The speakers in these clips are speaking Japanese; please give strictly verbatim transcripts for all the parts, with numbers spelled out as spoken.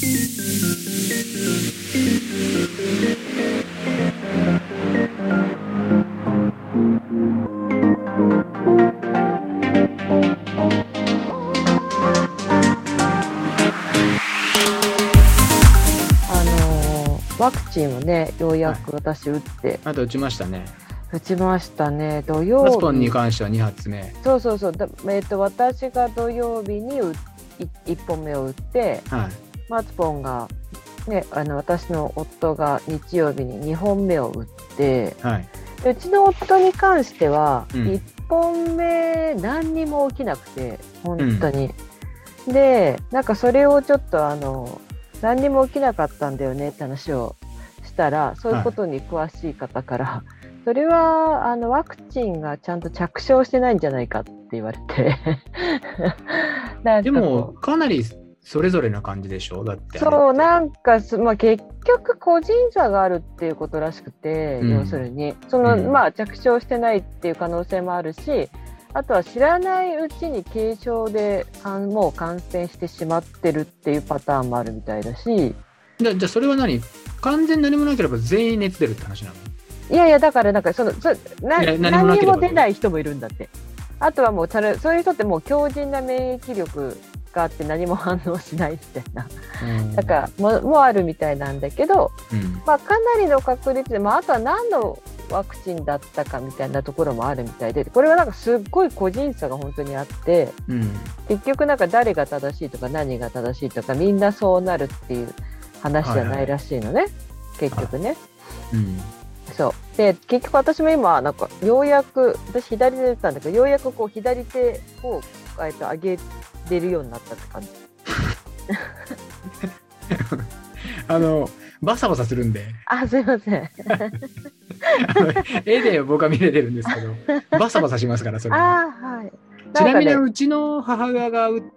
ワクチンをね、ようやく私打って、はい、 あと打ちましたね。 打ちましたね。土曜日。 マツポンに関してはに発目。 そうそうそう。だえー、と私が土曜日にいいっぽんめを打って、はい、マツポンが、ね、あの私の夫が日曜日ににほんめを打って、はい、でうちの夫に関しては、うん、いっぽんめ何にも起きなくて本当に、うん、でなんかそれをちょっとあの何にも起きなかったんだよねって話をしたら、そういうことに詳しい方から、はい、それはあのワクチンがちゃんと着床してないんじゃないかって言われてなんかでもかなりそれぞれな感じでしょ。だってそうなんか、まあ、結局個人差があるっていうことらしくて、うん、要するにその、うん、まあ、着床してないっていう可能性もあるし、あとは知らないうちに軽症でもう感染してしまってるっていうパターンもあるみたいだし。 じゃあそれは何、完全に何もなければ全員熱出るって話なの？ いやいや、だからなんかそのそな何にも出ない人もいるんだって。あとはもうそういう人ってもう強靭な免疫力があって何も反応しないみたいな、うん、だからももあるみたいなんだけど、うん、まあ、かなりの確率で、まあ、あとは何のワクチンだったかみたいなところもあるみたいで、これはなんかすっごい個人差が本当にあって、うん、結局なんか誰が正しいとか何が正しいとかみんなそうなるっていう話じゃないらしいのね、はいはい、結局ね、うん、そうで結局私も今なんかようやく私左手で打ったんだけど、ようやくこう左手を、えっと、上げれるようになったって感じあのバサバサするんで、 あ、すいませんあの絵で僕は見れてるんですけどバサバサしますからそれは。 あ、はい、 ちなみにうちの母親が打った、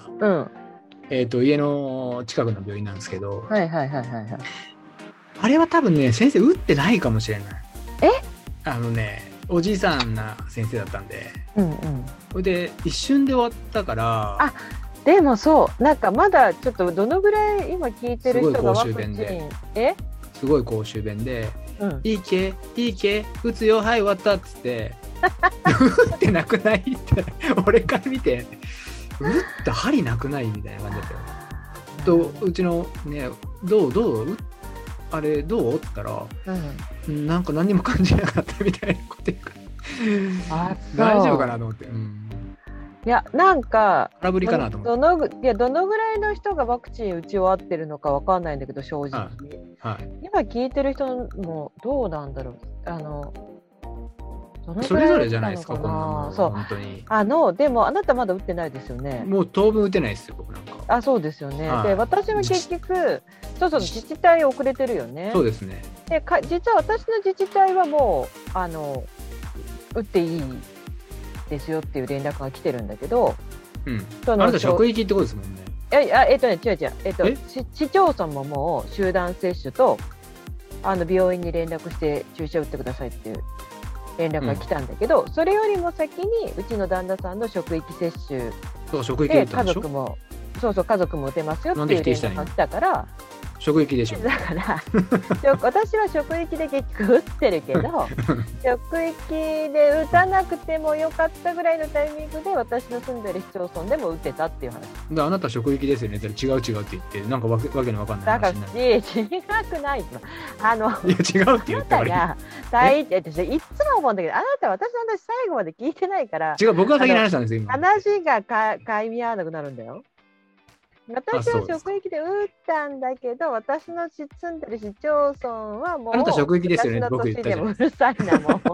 うん、えーと、家の近くの病院なんですけど、 はいはいはいはいはい、 あれは多分ね先生打ってないかもしれない。 えあのねおじいさんな先生だったんで、うんうん、それで一瞬で終わったから。 あ、でもそうなんかまだちょっとどのぐらい今聞いてる人がワクチン、えすごい公衆弁で、うん、いいけいいけ打つよはい終わったっつって打ってなくないって俺から見て打った針なくないみたいな感じだったよ。とうちのねどうどうあれどうって言ったら、うん、なんか何にも感じなかったみたいなこと言うから大丈夫かなと思って、うん、 いやなんか空振りかなと思って、 どのいやどのぐらいの人がワクチン打ち終わってるのかわかんないんだけど正直、はいはい、今聞いてる人もどうなんだろう、あのどのぐらいそれぞれじゃないですか、こんなのそう本当に。 あのでもあなたまだ打ってないですよね。 もう当分打てないですよ僕なんか。 あ、そうですよね、はい、で私も結局そうそう自治体遅れてるよね。 そうですね。 でか実は私の自治体はもうあの打っていいですよっていう連絡が来てるんだけど、 うん、そのあなた職域ってことですもんね。 いやえっとね違う違う、えっと、市町村ももう集団接種とあの病院に連絡して注射打ってくださいっていう連絡が来たんだけど、うん、それよりも先にうちの旦那さんの職域接種そう職域で家族もそうそう家族も打てますよっていう連絡が来たから。 職域でしょ。 だから私は職域で結局打ってるけど職域で打たなくてもよかったぐらいのタイミングで私の住んでる市町村でも打てたっていう話だ。あなた職域ですよね。違う違うって言ってなんかわけわけのわかんない話になる。 だから違くないあのいや違うって言ってあなたが大体私いつも思うんだけど、あなたは私の話最後まで聞いてないから。 違う、僕が先に話したんですよ今。 話がか噛み合わなくなるんだよ。私は職域で打ったんだけど、私の住んでる市町村はもうあなた職域ですよね。僕言ったじゃん。 うるさいなもう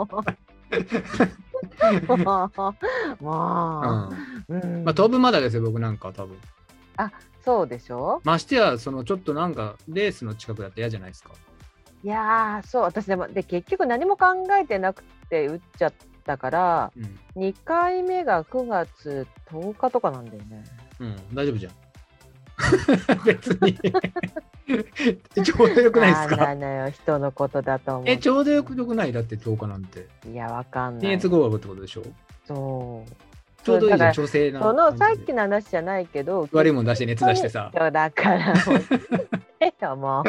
もうもう、うんうん、まあ当分まだですよ僕なんか多分。 あ、そうでしょ。 ましてやそのちょっとなんかレースの近くだって嫌じゃないですか。 いやーそう私でもで結局何も考えてなくて打っちゃったから、うん、にかいめがくがつとおかとかなんだよね。 うん、大丈夫じゃん別にちょうどよくないですか。 あのよ人のことだと思う。 えちょうどよくよくないだってとおかなんて。 いやわかんない。 検閲合格ってことでしょ。 そちょうどいいじゃん、調整な。 そのさっきの話じゃないけど、 悪いもん出して熱出してさ。 だからもうもう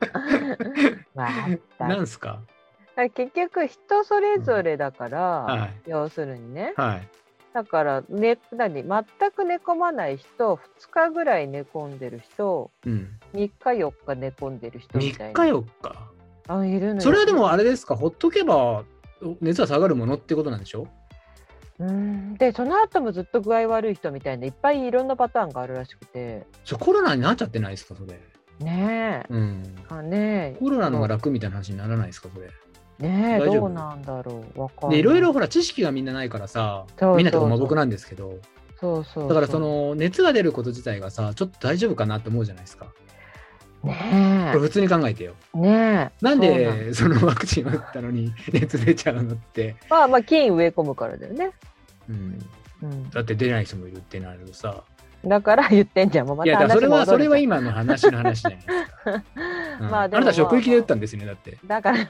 なんすか。 結局人それぞれだから、うんはい、要するにね、 はい、 だからね、何全く寝込まない人、ふつかぐらい寝込んでる人、うん、みっかよっか寝込んでる人みたいな。 みっかよっか。 あ、いるのよ。 それはでもあれですか、ほっとけば熱は下がるものってことなんでしょ。 うんでその後もずっと具合悪い人みたいないっぱいいろんなパターンがあるらしくて。 そコロナになっちゃってないですかそれ。 ねえ、うん、あねコロナのが楽みたいな話にならないですかそれ。 ねえ、どうなんだろう。わかんない。 でいろいろほら知識がみんなないからさ、みんなとかまあ僕なんですけど、 そうそうそう、 だからその熱が出ること自体がさちょっと大丈夫かなって思うじゃないですか。 ねえ、 これ普通に考えてよ。 ねえ、 なんでそのワクチン打ったのに熱出ちゃうのって。 まあまあ菌植え込むからだよね。 うんうん、だって出ない人もいるってなるとさ。 だから言ってんじゃん。もうまた話戻るじゃん。 いやだそれはそれは今の話の話じゃないですか。うん、まあでも、まあ、あなた職域で打ったんですよねだって。 だから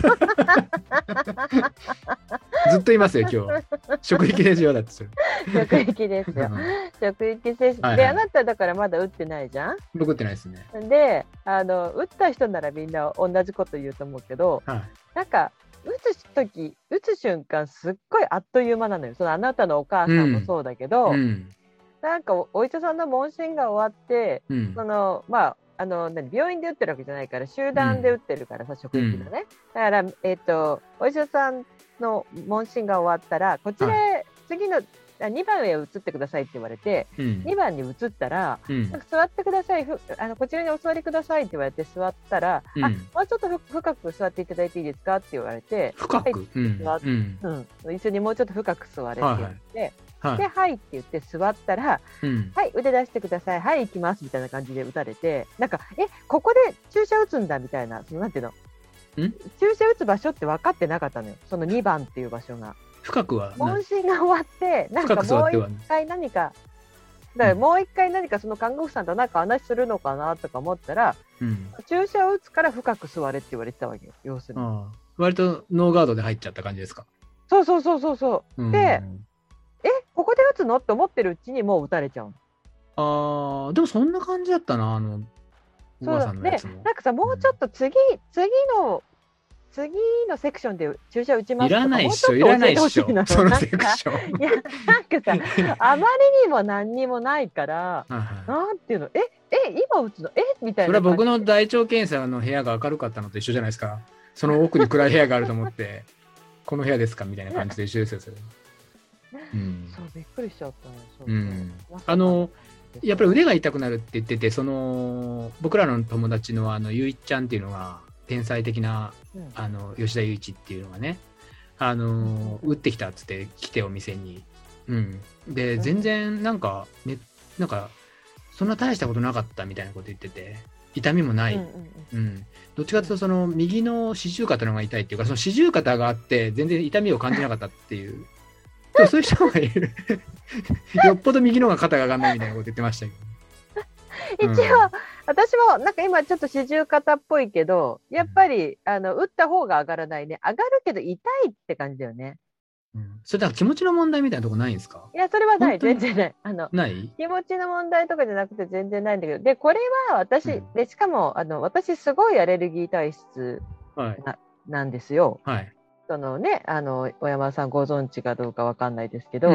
ずっといますよ今日。職域ですよだってそれ。 職域ですよ。職域接種、はいはい、であなただからまだ打ってないじゃん。 僕打ってないですね。 であの打った人ならみんな同じこと言うと思うけど、はい、なんか打つ時打つ瞬間すっごいあっという間なのよ。そのあなたのお母さんもそうだけど、うんうん、なんか お, お医者さんの問診が終わって、うん、そのまああの何病院で打ってるわけじゃないから集団で打ってるからさ、うん、職域のね、だから、えーと、お医者さんの問診が終わったらこちらへ、はい、次のにばんへ移ってくださいって言われて、うん、にばんに移ったら、うん、なんか座ってくださいふあのこちらにお座りくださいって言われて座ったら、うん、あもうちょっとふ深く座っていただいていいですかって言われて深く、はいうんうんうん、一緒にもうちょっと深く座れって言われて、はいはい、ではいって言って座ったら、うん、はい腕出してくださいはい行きますみたいな感じで打たれて、なんかえここで注射打つんだみたいな、そのなんていうのん注射打つ場所って分かってなかったのよ、そのにばんっていう場所が。 深くは問診が終わってなんかもう一回何かだからもう一回何かその看護婦さんと何か話するのかなとか思ったら、うん、注射を打つから深く座れって言われてたわけよ、要するに。 ああ割とノーガードで入っちゃった感じですか。 そうそうそうそうそう、うん、でえここで打つのって思ってるうちにもう打たれちゃう。 あーでもそんな感じだったな、あのおばあさんのやつも。 でなんかさもうちょっと次、うん、次の次のセクションで注射打ちますとか、 いらないっしょいらないっしょそのセクション。 いやなんかさあまりにも何にもないからなんていうのええ今打つのえみたいな。 それは僕の大腸検査の部屋が明るかったのと一緒じゃないですか。その奥に暗い部屋があると思ってこの部屋ですかみたいな感じで一緒ですよそれ。 うん、そうびっくりしちゃったの。そう、 うん、あのやっぱり腕が痛くなるって言ってて、その僕らの友達のあのゆいちゃんっていうのが天才的な、うん、あの吉田祐一っていうのがね、あの打ってきたっつって来てお店に、うん、で全然なんかねなんかそんな大したことなかったみたいなこと言ってて、痛みもない、うんうんうん、どっちかというとその右の四十肩の方が痛いっていうか、その四十肩があって全然痛みを感じなかったっていうでもそういう人がいるよっぽど右の方が肩が上がんないみたいなこと言ってましたけど一応、うん、私もなんか今ちょっと四十肩っぽいけどやっぱり、うん、あの打った方が上がらないね。上がるけど痛いって感じだよね。 うん、それだから気持ちの問題みたいなとこないんですか？ いやそれはない、全然ない。あのない気持ちの問題とかじゃなくて全然ないんだけど、でこれは私、うん、でしかもあの私すごいアレルギー体質 な,、はい、なんですよ。はいそのね、あの小山さんご存知かどうかわかんないですけど、うん、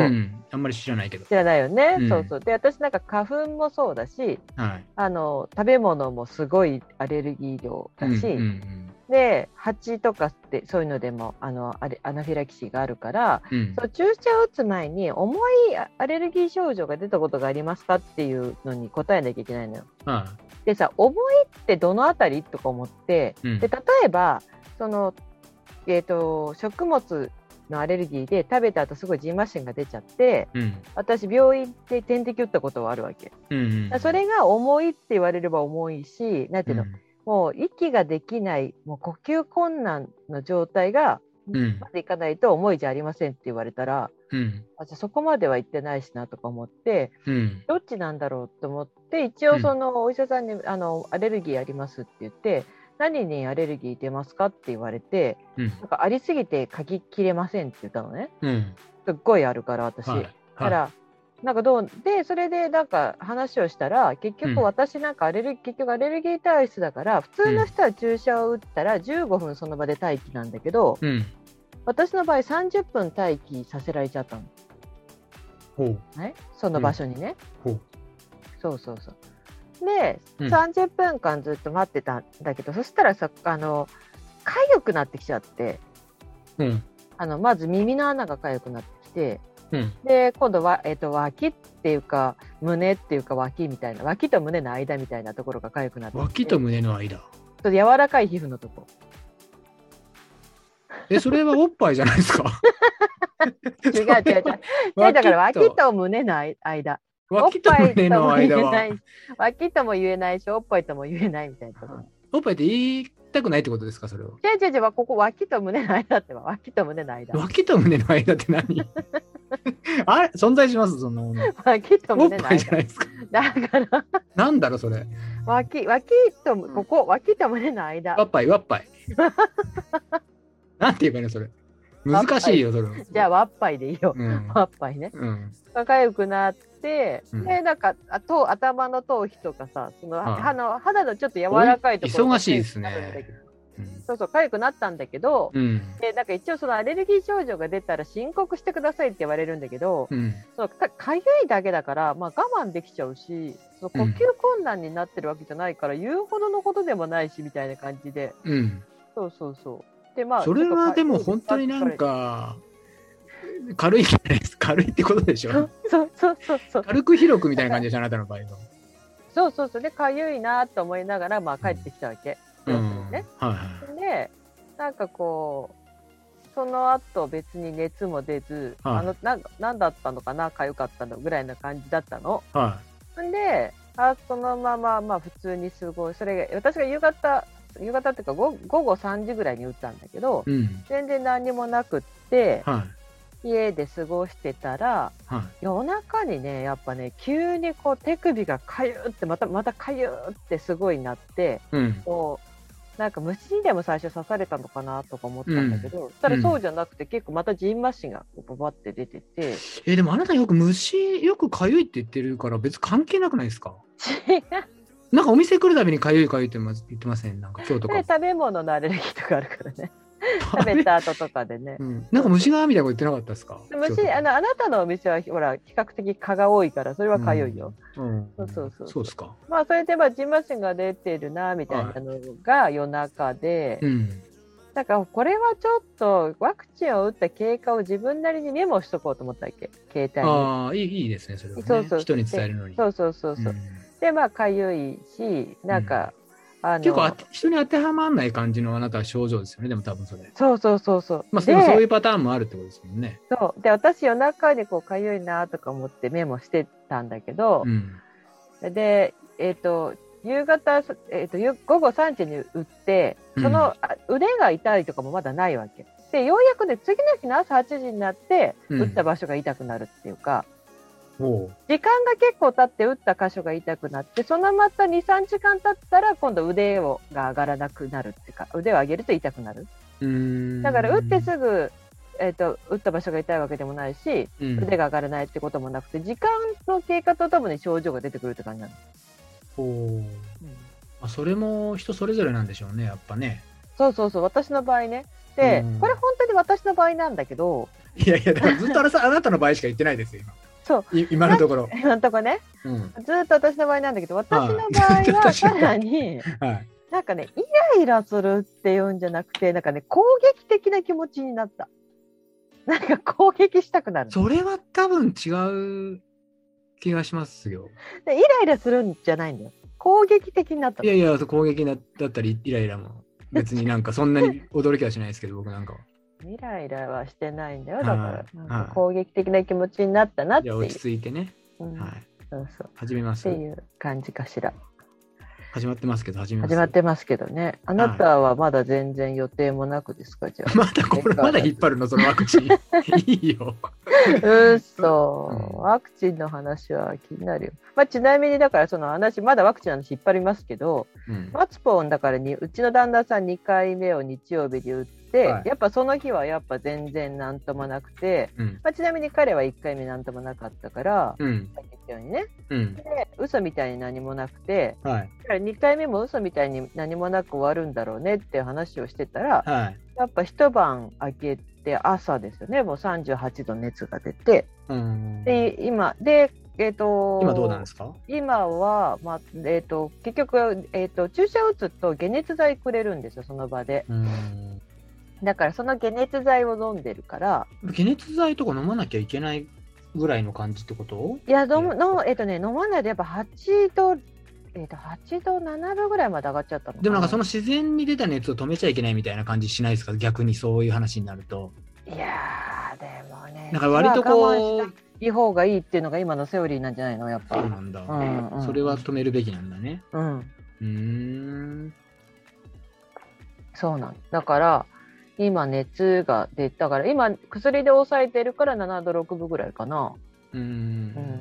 あんまり知らないけど知らないよね、うん、そうそう。で私なんか花粉もそうだし、はい、あの食べ物もすごいアレルギー量だし、うんうんうん、で蜂とかってそういうのでもあのアレアナフィラキシーがあるから、うん、そう注射を打つ前に重いアレルギー症状が出たことがありますかっていうのに答えなきゃいけないのよ。はい、でさ重いってどのあたりとか思って、うん、で例えばそのえーと、食物のアレルギーで食べた後すごいジンマシンが出ちゃって、うん、私病院で点滴打ったことはあるわけ、うんうん、それが重いって言われれば重いし、なんていうの、うん、もう息ができないもう呼吸困難の状態がまでいかないと重いじゃありませんって言われたら、うん、あじゃあそこまでは言ってないしなとか思って、うん、どっちなんだろうと思って一応そのお医者さんに、あのアレルギーありますって言って何にアレルギー出ますかって言われて、うん、なんかありすぎて書ききれませんって言ったのね、うん、すっごいあるから私、はいだから、なんかどうで、それでなんか話をしたら、結局私なんかアレルギー、うん、結局アレルギー体質だから、普通の人は注射を打ったらじゅうごふんその場で待機なんだけど、うん、私の場合さんじゅっぷん待機させられちゃったの。 ほう、 ね、その場所にね。 うん、ほう、 そうそうそう。で、うん、さんじゅっぷんかんずっと待ってたんだけど、そしたらさ、あの痒くなってきちゃって、うん、あのまず耳の穴が痒くなってきて、うん、で今度は、えーと、脇っていうか胸っていうか脇みたいな、脇と胸の間みたいなところが痒くなってきて、 脇と胸の間、ちょっと柔らかい皮膚のとこ。 え、それはおっぱいじゃないですか？ 違う違う違う。だから脇と胸の間。 脇と胸の間は。 脇とも言えないし、おっぱいとも言えないみたいなところ。 おっぱいって言いたくないってことですか、それを？ 違う違う違う、ここ脇と胸の間ってば、脇と胸の間。 脇と胸の間って何？あれ存在しますそんなもの？ 脇と胸の間。 おっぱいじゃないですか。 だから。 なんだろうそれ。 脇、脇と、ここ、脇と胸の間。 わっぱいわっぱい。なんて言えばいいのそれ。難しいよそれ。 じゃあわっぱいでいいよ。うん、わっぱいね。うん。痒くなって、うん、でなんかあと頭の頭皮とかさ、その、はあ、あの肌のちょっと柔らかいところ忙しいですね。 うん、そうそう痒くなったんだけど、うん、でなんか一応そのアレルギー症状が出たら申告してくださいって言われるんだけど、うん、そのか痒いだけだから、まあ、我慢できちゃうし、その呼吸困難になってるわけじゃないから、うん、言うほどのことでもないしみたいな感じで、うん、そうそうそう。でまあそれはでも本当になんか軽いじゃないですか。軽いってことでしょ。 そうそうそうそう。 軽く広くみたいな感じでしょ、あなたの場合の。 そうそうそう。で痒いなと思いながらまあ帰ってきたわけ。うん。ね。はいはい。でなんかこうその後別に熱も出ず、はい、あのななんだったのかな、痒かったのぐらいな感じだったの。はい。であそのまままあ普通に過ごい、それ私が夕方夕方っていうか午後さんじぐらいに打ったんだけど、うん、全然何もなくって、はい、家で過ごしてたら、はい、夜中にねやっぱね急にこう手首がかゆってまたまたかゆってすごいなって、うん、こうなんか虫にでも最初刺されたのかなとか思ったんだけど、うん、そしたらそうじゃなくて、結構またジンマシンがババって出てて、えー、でもあなたよく虫よくかゆいって言ってるから別に関係なくないですか？違う。なんかお店来るたびにかゆいかゆいって言ってません？なんか今日とか。 食べ物のアレルギーとかあるからね。食べた後とかでね。 うん、なんか虫がみたいなこと言ってなかったですか？ 虫、あのあなたのお店はほら比較的蚊が多いからそれはかゆいよ。うんうん、そうそうそう。 そうですか。 まあそれでまあジンマシンが出てるなみたいなのが夜中で、はい、うん、だからこれはちょっとワクチンを打った経過を自分なりにメモしとこうと思ったわけ、携帯に。 ああいいいいですねそれはね。そうそう人に伝えるのに。 そうそうそうそう。うん、でまあかゆいしなんか、 うん、あの結構人に当てはまらない感じのあなたは症状ですよね。でも多分それそうそうそうそう、 まあ、でもそういうパターンもあるってことですもんね。 そうで私夜中にこうかゆいなとか思ってメモしてたんだけど、うん、でえっ、ー、と夕方、えー、と午後さんじに打ってその、うん、腕が痛いとかもまだないわけで、ようやくね次の日の朝はちじになって打った場所が痛くなるっていうか、うん、時間が結構経って打った箇所が痛くなって、そのまた にさんじかん経ったら今度腕をが上がらなくなるっていうか、腕を上げると痛くなる。うーんだから打ってすぐ、えー、と打った場所が痛いわけでもないし、うん、腕が上がらないってこともなくて、時間の経過とともに症状が出てくるって感じなの。 ほう、うん、あそれも人それぞれなんでしょうねやっぱね。 そうそうそう、私の場合ね。で、うん、これ本当に私の場合なんだけど、 いやいやだからずっとあなあなたの場合しか言ってないですよ今。 そう今のところ今のところね、うん、ずっと私の場合なんだけど、私の場合はさらに、はい、なんかねイライラするっていうんじゃなくて、なんかね攻撃的な気持ちになった。なんか攻撃したくなる。 それは多分違う気がしますよ。 でイライラするんじゃないんだよ、攻撃的になった。 いやいや攻撃だったりイライラも別になんかそんなに驚きはしないですけど僕なんかはイライラはしてないんだよ。だからなんか攻撃的な気持ちになったなっていう。 じゃあ落ち着いてね、うん、はい、そうそう始めますっていう感じかしら。 始まってますけど、始めます。 始まってますけどね。あなたはまだ全然予定もなくですか、じゃあ。 まだこれ、まだ引っ張るの、そのワクチン。いいよ。 うそ、ワクチンの話は気になるよ。まあ、ちなみにだからその話、まだワクチンの話引っ張りますけど、うん、マツポンだからに、うちの旦那さんにかいめを日曜日に打って、はい、やっぱその日はやっぱ全然なんともなくて、うん、まあ、ちなみに彼はいっかいめなんともなかったから、うん、さっき言ったようにね、うん、で嘘みたいに何もなくて、はい、にかいめも嘘みたいに何もなく終わるんだろうねっていう話をしてたら、はい、やっぱ一晩明けて朝ですよね、もうさんじゅうはちど熱が出て、うん、で今で、えーと、 今どうなんですか？ 今は、まあえーと、結局、えーと、注射打つと解熱剤くれるんですよ、その場で。うん、だからその解熱剤を飲んでるから。 解熱剤とか飲まなきゃいけないぐらいの感じってこと？ いや、飲むの、えーとね、飲まないでやっぱはちど、えーと、はちど、ななどぐらいまで上がっちゃったのかな。 でもなんかその自然に出た熱を止めちゃいけないみたいな感じしないですか？逆にそういう話になると。 いやー、でもね、 なんか割とこういい方がいいっていうのが今のセオリーなんじゃないの、やっぱ。 そうなんだ、うんうん、それは止めるべきなんだね。うん。うーん。 そうなんだから今熱が出たから今薬で抑えてるからななどろくぶぐらいかな。うーん。うん、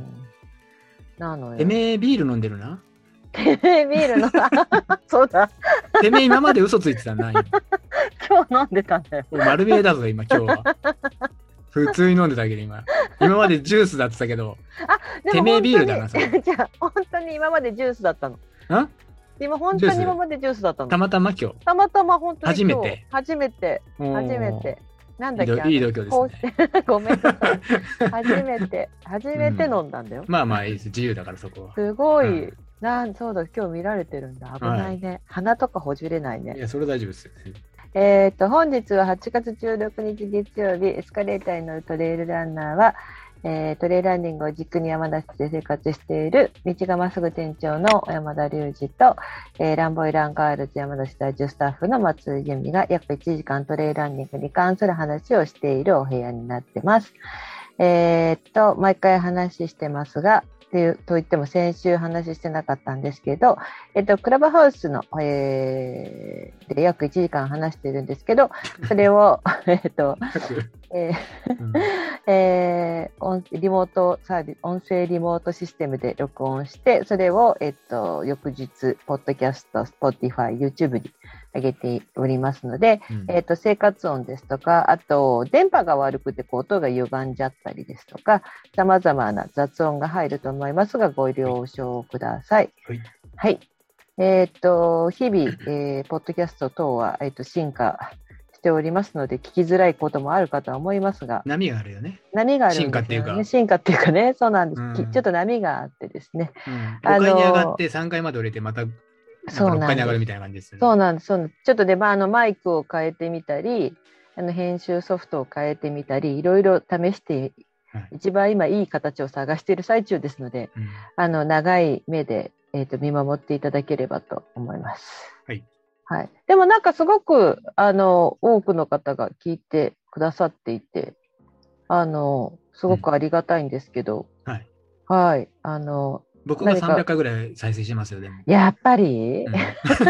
なのよ。 てめえビール飲んでるな。 てめえビールのそうだ。 てめえ今まで嘘ついてたな。 今日飲んでたんだよ。 丸見えだぞ今今日は。普通に飲んでたけど今。今までジュースだってたけど。あ、でもてめえビールだなそれ。 じゃあ本当に今までジュースだったの。ん？今本当に今までジュースだったの。 たまたま今日。 たまたま本当に初めて。 初めて。初めて。なんだっけ、 いい度胸ですね。 ごめんなさい。初めて初めて飲んだんだよ。 うん、まあまあいいです。自由だからそこは。 すごい。うん、なんそうだ今日見られてるんだ。危ないね。はい、鼻とかほじれないね。 いやそれ大丈夫ですよ。 えっと本日ははちがつじゅうろくにち月曜日、エスカレーターに乗るトレイルランナーは、えー、トレイルランニングを軸に山梨で生活している道がまっすぐ店長の小山田隆二と、えー、ランボイランガールズ山梨在住スタッフの松井由美が約いちじかんトレイルランニングに関する話をしているお部屋になってます。えー、っと毎回話してますがっていうと言っても先週話してなかったんですけど、えっと、クラブハウスの、えー、で約いちじかん話してるんですけど、それを、えっと、えーうんえー、リモートサービス、音声リモートシステムで録音して、それを、えっと、翌日、ポッドキャスト、Spotify、YouTube に上げておりますので、うんえっと、生活音ですとか、あと、電波が悪くてこう音が歪んじゃったりですとか、様々な雑音が入ると思いますが、ご了承ください。はい。はい、えっと、日々、えー、ポッドキャスト等は、えっと、進化しておりますので、聞きづらいこともあるかとは思いますが、 波があるよね。 波があるんですよね。進化っていうか。進化っていうかね、そうなんです。うん、ちょっと波があってですね。 うん、ごかいに上がってさんかいまで降りて、またろっかいに上がるみたいな感じですね。 そうなんです。そうなんです。ちょっとで、まあ、あのマイクを変えてみたり、あの編集ソフトを変えてみたり、いろいろ試して、はい、一番今いい形を探している最中ですので、うん、あの長い目で、えーと、見守っていただければと思います。はいはい、でもなんかすごくあの多くの方が聞いてくださっていて、あのすごくありがたいんですけど、うん、はい、はい、あの僕がさんびゃっかいぐらい再生してますよ。でもやっぱり、うん、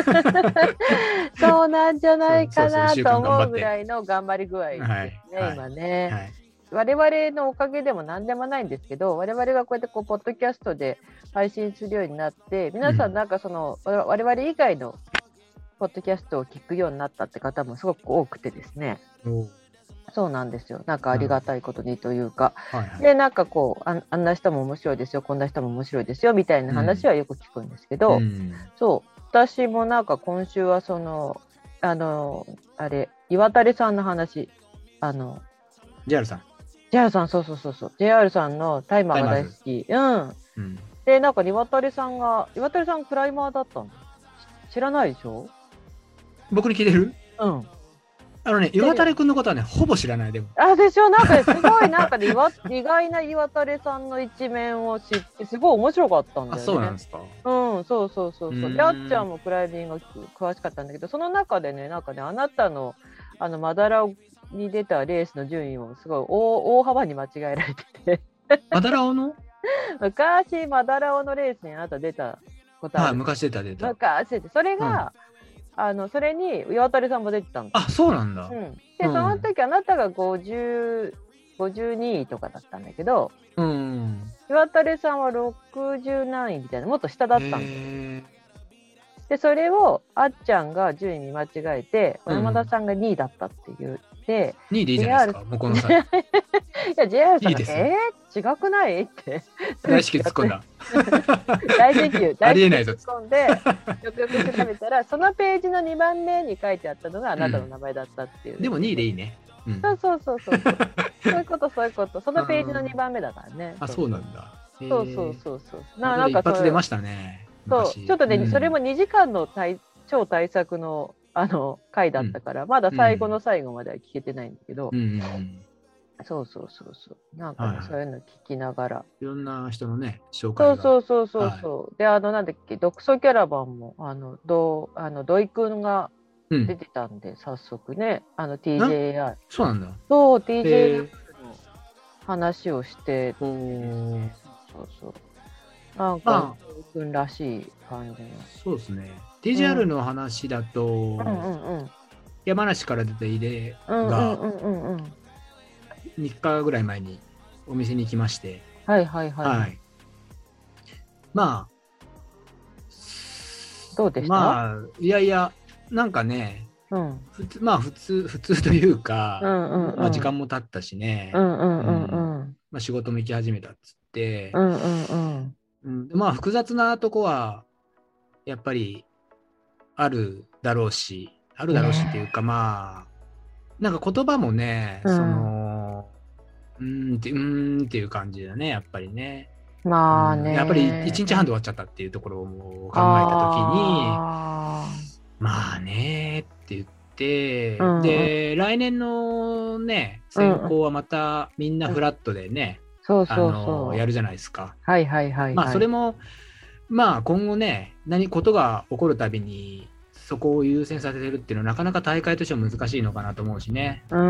そうなんじゃないかなと思うぐらいの頑張り具合ですね、はい、今ね、はい、我々のおかげでも何でもないんですけど、我々がこうやってこうポッドキャストで配信するようになって、皆さんなんかその、うん、我々以外のポッドキャストを聞くようになったって方もすごく多くてですね。そうなんですよ。なんかありがたいことにというか、うんはいはい、でなんかこう あ, あんな人も面白いですよ、こんな人も面白いですよみたいな話はよく聞くんですけど、うん、そう私もなんか今週はそのあのあれ岩垂さんの話、あのジェイアール さんジェイアール さんそうそうそうそう ジェイアール さんのタイマーが大好き、うん、うん、でなんか岩垂さんが岩垂さんクライマーだったの知らないでしょ。 僕に聞いてる？ うん。 あのね、岩垂くんのことはね、ほぼ知らないでも。 あ、でしょ、なんかすごいなんかで、ね、意外な岩垂さんの一面を知って、すごい面白かったんだよね。 あ、そうなんですか。 うん、そうそうそうそう。で、あっちゃんもクライミング詳しかったんだけど、その中でね、なんかね、あなたのあのマダラオに出たレースの順位をすごい大大幅に間違えられてて。 マダラオの？ 昔マダラオのレースにあなた出た。 ことある。 はい、昔出た出た。 昔出て、それが、うん、あのそれに岩渡さんも出てたんです。 あ、そうなんだ。 うん、で、うん、その時あなたがごじゅう、ごじゅうにいとかだったんだけど、 うん、 岩渡さんはろくじゅう何位みたいな、もっと下だったんです。で、それをあっちゃんが順位見間違えて、小山田さんがにいだったって言って、 うん、にいでいいじゃないですか、もうこの際。いや、ジェイアール さんが、 いいですえー、違くないって。 大至急突っ込んだ。 大至急、大至急突っ込んで、 よくよく調べたら、そのページのにばんめに書いてあったのがあなたの名前だったっていう、 うん。でもにいでいいね。 うん、そうそうそうそう。そういうこと、そういうこと。そのページのにばんめだからね。 あ、そうなんだ。 そうそうそうそう。 ななんか一発出ましたね。 そう、ちょっとね、うん、それもにじかんの対超大作のあの回だったから、うん、まだ最後の最後までは聞けてないんだけど、うんうんうん、そうそうそうそう、なんかね、はい、そういうの聞きながら、 いろんな人のね紹介が、 そうそうそうそう、はい、で、あのなんだっけ、独ソキャラバンもあのどうあの土井くんが出てたんで、うん、早速ね、あの ティージェーアール、 そうなんだ、 そう ティージェーアール の話をして、そうそうそう。なんか、くんらしい感じの。 そうですね。ティージェーアール の話だと、うんうんうん、山梨から出た井出がみっかぐらい前にお店に来まして、 はいはいはい。はい、 まあ、 どうでした？ まあ、いやいや、なんかね、うん、普通まあ普通普通というか、うんうんうん、まあ、時間も経ったしね、まあ、仕事も行き始めたっつって、うんうんうんうん、まあ複雑なとこはやっぱりあるだろうしあるだろうしっていうか、ね、まあなんか言葉もね、うん、そのうーんってうーんっていう感じだね、やっぱりね。 まあね、 うん、やっぱりいちにちはんで終わっちゃったっていうところを考えたときに、まあねって言って、うん、で来年のね選考はまたみんなフラットでね、 そうそうそう、 やるじゃないですか。 はいはいはい、はい、 まあそれもまあ今後ね何事が起こるたびにそこを優先させてるっていうのはなかなか大会としては難しいのかなと思うしね。うん、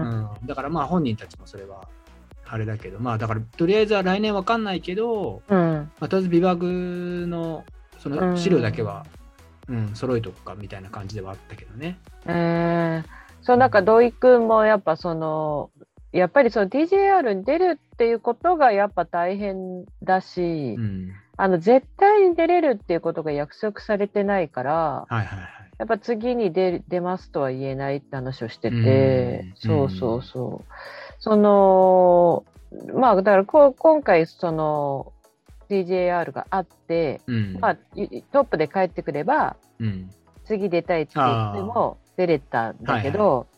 うん、だからまあ本人たちもそれはあれだけど、まあだからとりあえずは来年わかんないけど、うん、まあ、とりあえずビバグのその資料だけは、うんうん、揃えとくかみたいな感じではあったけどね。 えー、そうなんか土井くんもやっぱそのやっぱりその ティージェーアール に出るっていうことがやっぱ大変だし、うん、あの絶対に出れるっていうことが約束されてないから、はいはいはい、やっぱ次に 出, 出ますとは言えないって話をしてて、うん、そうそうそう、そのまあだからこう今回その ティージェーアール があって、うん、まあトップで帰ってくれば、うん、次出たいって言っても出れたんだけど、はいはい、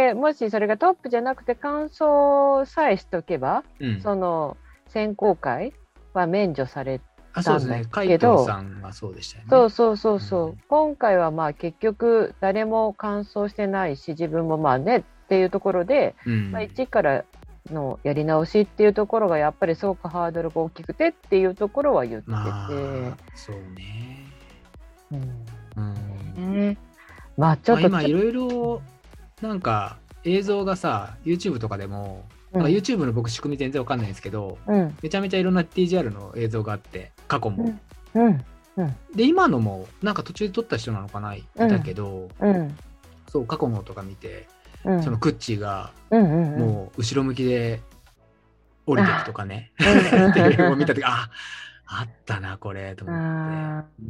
でもしそれがトップじゃなくて完走さえしとけば、うん、その選考会は免除されたんだけど、 そうですね、海藤さんはそうでしたよね。 そうそうそうそう、うん、今回はまあ結局誰も完走してないし自分もまあねっていうところで、うんまあ、一からのやり直しっていうところがやっぱりすごくハードルが大きくてっていうところは言ってて、まあ、そうね、 うんうん、まあちょっと、 まあ、今いろいろなんか映像がさ YouTube とかでも、うん、なんか YouTube の僕仕組み全然わかんないんですけど、うん、めちゃめちゃいろんな ティージェーアール の映像があって過去も、うんうんうん、で今のもなんか途中で撮った人なのかないだけど、うんうん、そう過去のとか見て、うん、そのクッチーがもう後ろ向きで降りていくとかね、うんうん、っていうのを見た時ああったなこれと思って、うん、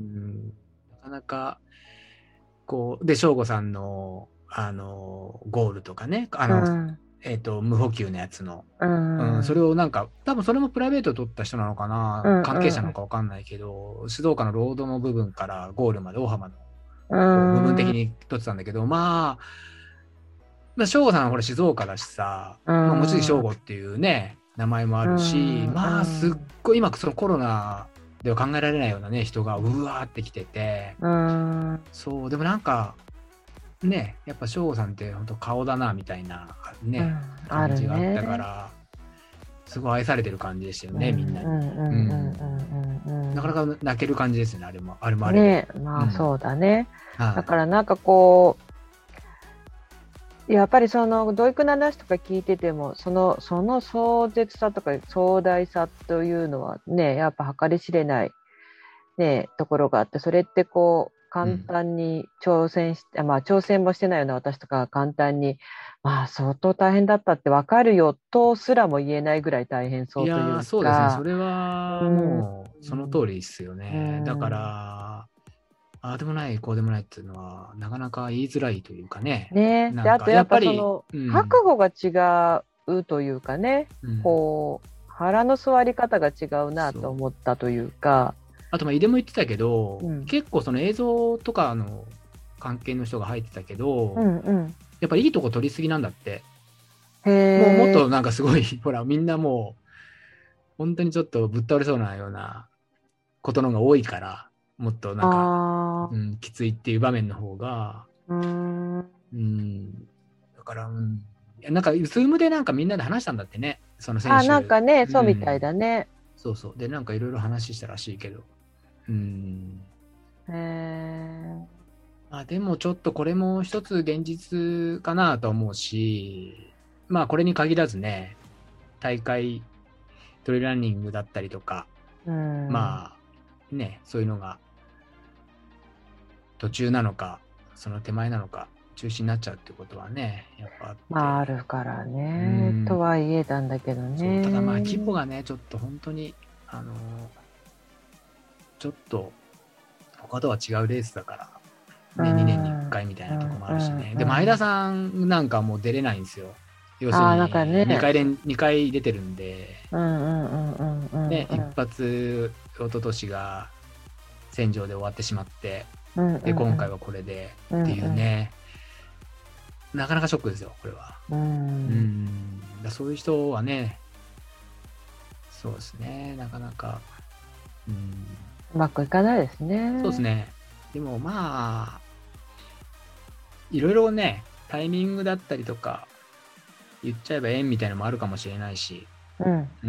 なかなかこうで省吾さんのあのゴールとかねあの、うんえー、と無補給のやつの、うんうん、それをなんか多分それもプライベートを取った人なのかな、うん、関係者なのか分かんないけど静岡のロードの部分からゴールまで大浜の、うん、部分的に取ってたんだけどまあまあ、省吾さんはほら静岡だしさ、まあ、もちろん省吾っていうね名前もあるし、まあすっごい今そのコロナでは考えられないようなね人がうわーってきてて、そうでもなんかねやっぱ省吾さんって本当顔だなみたいなね、うん、感じがあったから、ね、すごい愛されてる感じでしたよね、うん、みんなになかなか泣ける感じですねあれもあれもあれねまあそうだね、うん、だからなんかこうやっぱりその土井くんの話とか聞いててもそのその壮絶さとか壮大さというのはねやっぱ計り知れない、 ね、ところがあって、それってこう簡単に挑戦して、うん、まあ挑戦もしてないような私とか簡単に、まあ相当大変だったって分かるよとすらも言えないぐらい大変そうというか。いや、 そうですね。それはもうその通りですよね。うん、だから、ああでもない、こうでもないっていうのは、なかなか言いづらいというかね。 ね。で、あとやっぱその、うん、覚悟が違うというかね、うん、こう、腹の座り方が違うなと思ったというか。 あと、まあ、井出も言ってたけど、うん、結構その映像とかの関係の人が入ってたけど、うんうん、やっぱりいいとこ取りすぎなんだって。 へもうもっとなんかすごい、ほら、みんなもう、本当にちょっとぶっ倒れそうなようなことのが多いから、もっとなんか、うん、きついっていう場面の方が、 うーん、 うん、だから、うん、なんか、ズームでなんかみんなで話したんだってね、その選手。 あ、なんかね、うん、そうみたいだね。 そうそう。で、なんかいろいろ話したらしいけど。うん。 へー。 まあ、でもちょっとこれも一つ現実かなと思うし、まあこれに限らずね、大会トレーランニングだったりとか、 うん、 まあね、そういうのが途中なのか、その手前なのか、中止になっちゃうってことはね、やっぱあって。 まああるからね、うん、とはいえなんだけどね。 そうただまあ規模がね、ちょっと本当に、あの、ちょっと他とは違うレースだから、ね、にねんにいっかいみたいなとこもあるしね。うん、で、前田さんなんかもう出れないんですよ。要するににかい連、にかい出てるんで、ね、一発、一昨年が戦場で終わってしまって、うんうんうん、で、今回はこれでっていうね、うんうん、なかなかショックですよ、これは。うんうんだそういう人はね、そうですね、なかなか、 うん、うまくいかないですね。 そうですね。でもまあ、いろいろね、タイミングだったりとか、言っちゃえば縁みたいなのもあるかもしれないし、うん。うん。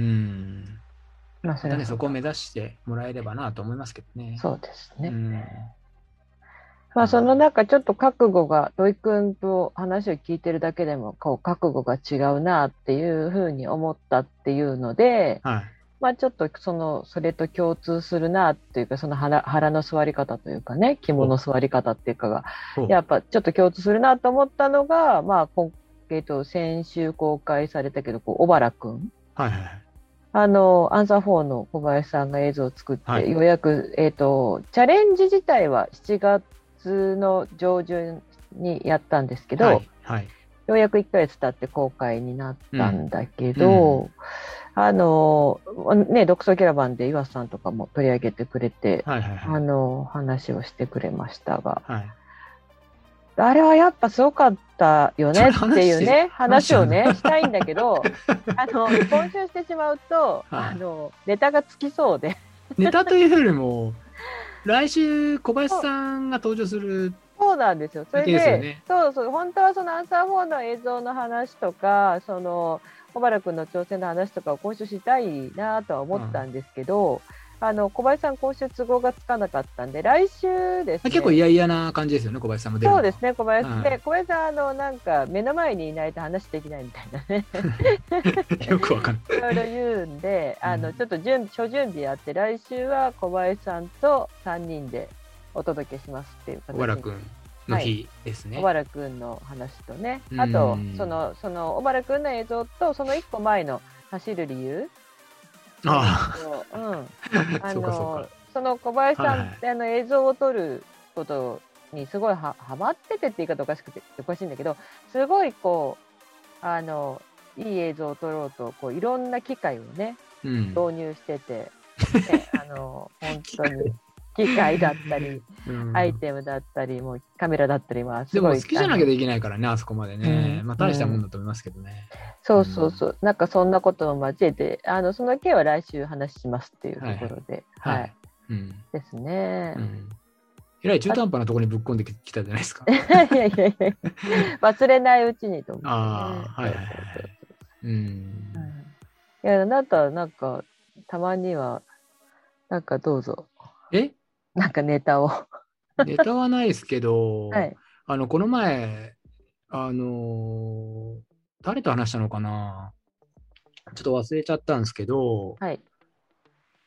まあ、それはね、そこを目指してもらえればなと思いますけどね。 そうですね。うん、まあ、その中、ちょっと覚悟が、土井君と話を聞いてるだけでも、こう、覚悟が違うなっていうふうに思ったっていうので、はい、まあ、ちょっとその、それと共通するなっていうか、その腹、腹の座り方というかね、肝の座り方っていうかが、やっぱちょっと共通するなと思ったのが、まあ、今えっと、先週公開されたけど、こう小原くん、はいはい、あのアンサーフォーの小林さんが映像を作って、はい、ようやく、えっと、チャレンジ自体はしちがつの上旬にやったんですけど、はいはい、ようやくいっかげつ経って公開になったんだけど、うんうん、あのね、独創キャラバンで岩瀬さんとかも取り上げてくれて、はいはいはい、あの話をしてくれましたが。はい、あれはやっぱすごかったよねっていうね話をねしたいんだけどあの今週してしまうと、はい、あのネタがつきそうでネタというよりも来週小林さんが登場するそうなんですよ。それで、ね、そうそう本当はそのアンサーフォーの映像の話とかその小原君の挑戦の話とかを今週したいなとは思ったんですけど、うんあの小林さん、今週都合がつかなかったんで、来週ですね。 結構嫌々な感じですよね、小林さんも出るの。 そうですね、小林さん。で、小林さん、あの、なんか、目の前にいないと話できないみたいなね。 よくわかんない。 いろいろ言うんで、あの、ちょっと準初準備やって、来週は小林さんとさんにんでお届けしますっていう形で。 小原君の日ですね。 はい、小原君の話とね。あと、その、その、小原君の映像と、そのいっこまえの走る理由。 ああ、うん、あのその小林さんって、はい、あの映像を撮ることにすごいはハマっててって言い方おかしくておかしいんだけどすごいこうあのいい映像を撮ろうとこういろんな機械をね、うん、導入してて、ね、あの本当に機械だったり、うん、アイテムだったりもうカメラだったりはすごいでも好きじゃなきゃできないからねあそこまでね、うん、まあ大したもんだと思いますけどね、 うん、そうそうそう、うん、なんかそんなことを交えてあのその件は来週話しますっていうところではい、はいはいうん、ですね、うん、 えらい中途半端なところにぶっ込んできたじゃないですかいやいやいや忘れないうちにと思って、ね、 ああはいはいはいうんいやなんかなんかたまにはなんかどうぞえなんかネタをネタはないですけど、はい、あのこの前あのー、誰と話したのかなちょっと忘れちゃったんですけど、はい、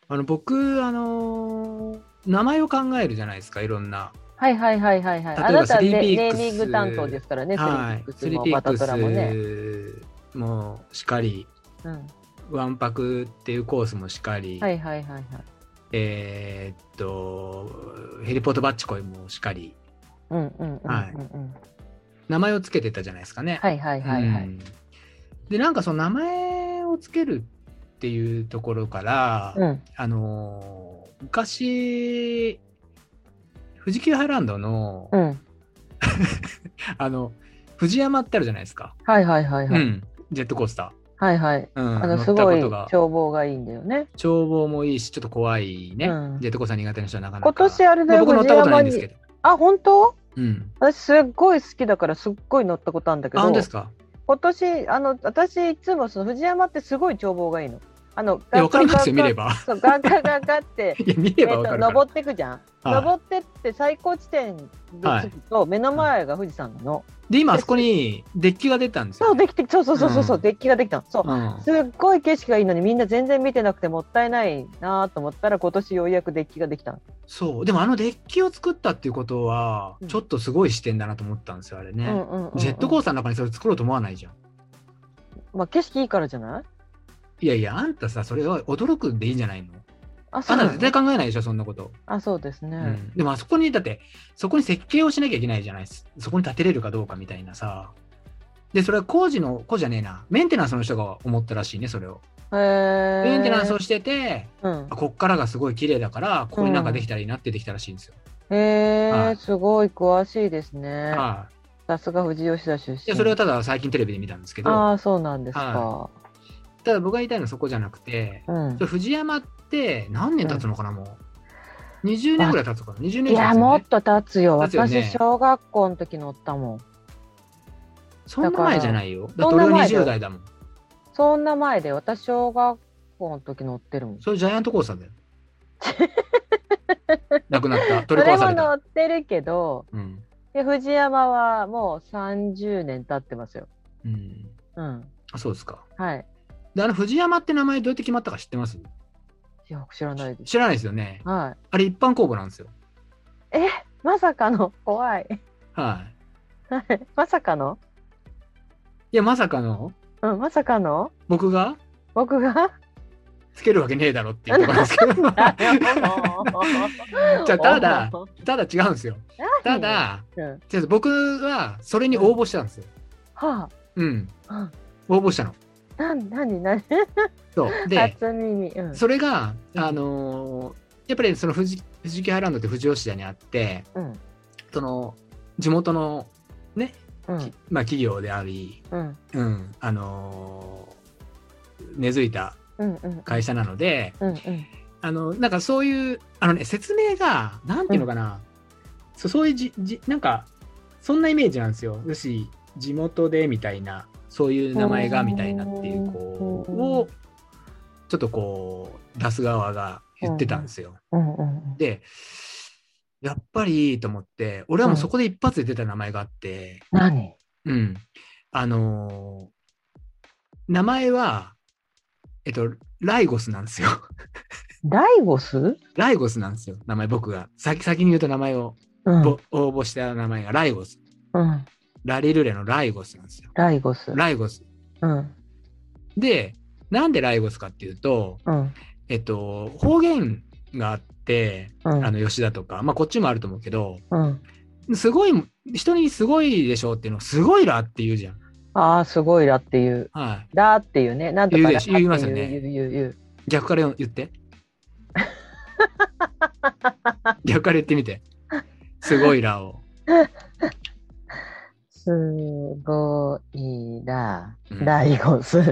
あの僕あのー、名前を考えるじゃないですか、いろんな。 はいはいはいはいはい。あなたはネーミング担当ですからね、 はい、スリーピークスもしかり、うん、ワンパクっていうコースもしかり、 はいはいはいはい。 えー、っとヘリポートバッチコイもしかり、 うんうんうんうん、はい、 名前をつけてたじゃないですかね。 はいはいはいはい。うん、 でなんかその名前をつけるっていうところから、うん、あの昔富士急ハイランドの、うん、あの富士山ってあるじゃないですか。 はいはいはいはい。うん、 ジェットコースター。はいはい。うん、あのすごい眺望がいいんだよね。 眺望もいいし、ちょっと怖いね。うん、ジェットコースター苦手な人はなかなか。 今年あれだよ、 僕乗ったことないんですけど。 あ、本当？ うん。 私すっごい好きだからすっごい乗ったことあるんだけど。 あ、本当ですか？ 今年あの私いつもその富士山ってすごい眺望がいいの。あのわかりますよ、見れば。 そうガンガンガンガンっていや見ればわかるから、 えー、登っていくじゃん。はい、登ってって最高地点で着くと目の前が富士山なの。はい、 で今あそこにデッキが出たんですよ、ね。 そうできてそうそうそうそうそう、うん、デッキができたの。そう、うん、すっごい景色がいいのにみんな全然見てなくてもったいないなと思ったら今年ようやくデッキができたの。そうでもあのデッキを作ったっていうことはちょっとすごい視点だなと思ったんですよ、あれね。うんうんうんうん、ジェットコースターの中にそれ作ろうと思わないじゃん。 まあ景色いいからじゃない？ いやいや、あんたさ、それは驚くでいいんじゃないの？あ、そうなの？あんた絶対考えないでしょ、そんなこと。 あ、そうですね。うん、 でもあそこに、だって、そこに設計をしなきゃいけないじゃないです。そこに建てれるかどうかみたいなさ。で、それは工事の、工事じゃねえな、メンテナンスの人が思ったらしいね、それを。 へー。 メンテナンスをしてて、うん、こっからがすごい綺麗だから、ここになんかできたらいいなってできたらしいんですよ。 うん、へー、はい、すごい詳しいですね。はい。さすが富士吉田出身。いや、それはただ最近テレビで見たんですけど。 ああ、そうなんですか。はい、 ただ僕が言いたいのはそこじゃなくて、うん、富士山って何年経つのかな、うん、もうにじゅうねんぐらい経つのかな。にじゅうねん以上経つよね。 いやもっと経つよ。 経つよね。 私小学校の時乗ったもん。 そんな前じゃないよ。だって俺はにじゅう代だもん。 そんな前で私小学校の時乗ってるもん。 それジャイアントコースターだよ。なくなった取り壊された。 それも乗ってるけど、うん、で富士山はもうさんじゅうねん経ってますよ。うん。うん。 あ、そうですか。 はい。 で、あの富士山って名前どうやって決まったか知ってます？ いや、知らないです。 知らないですよね。 はい。 あれ一般公募なんですよ。 え、まさかの怖い。 はい。 まさかの？ いや、まさかの？ うん、まさかの？ 僕が？ 僕が？ つけるわけねえだろっていうところですけど。じゃあただ、ただ違うんですよ。ただ、うん、僕はそれに応募したんですよ。 はあ。 うん。応募したの。 なになになにそうで、 初耳、うん、 それが、あのー、やっぱりその富士富士急ハイランドって富士吉田にあって、うん、その地元のね、うん、まあ企業であり、うんうん、あのー、根付いた会社なので、うんうん、あのなんかそういうあのね説明がなんていうのかな、うん、そう、そういうじじなんかそんなイメージなんですよ。よし地元でみたいな。そういう名前がみたいなっていうこうをちょっとこう出す側が言ってたんですよ。うんうん、でやっぱりと思って俺はもうそこで一発で出た名前があって、 うん、何？ うん、あのー、名前はえっとライゴスなんですよ。 ライゴス？ ライゴスなんですよ名前。僕が先先に言うと名前を、うん、応募した名前がライゴス。うん、ラリルレのライゴスなんですよ。 ライゴス。 ライゴス。うん、で、なんでライゴスかっていうと、うん、えっと、方言があって、うん、あの吉田とか、まあこっちもあると思うけど、うん、すごい、人にすごいでしょっていうのをすごいらって言うじゃん。 ああ、すごいらっていう。はい。らっていうね。なんとか言う言いますよね。 言う言う言う。 逆から言って。逆から言ってみて。すごいらを。 すごいら、ライゴス。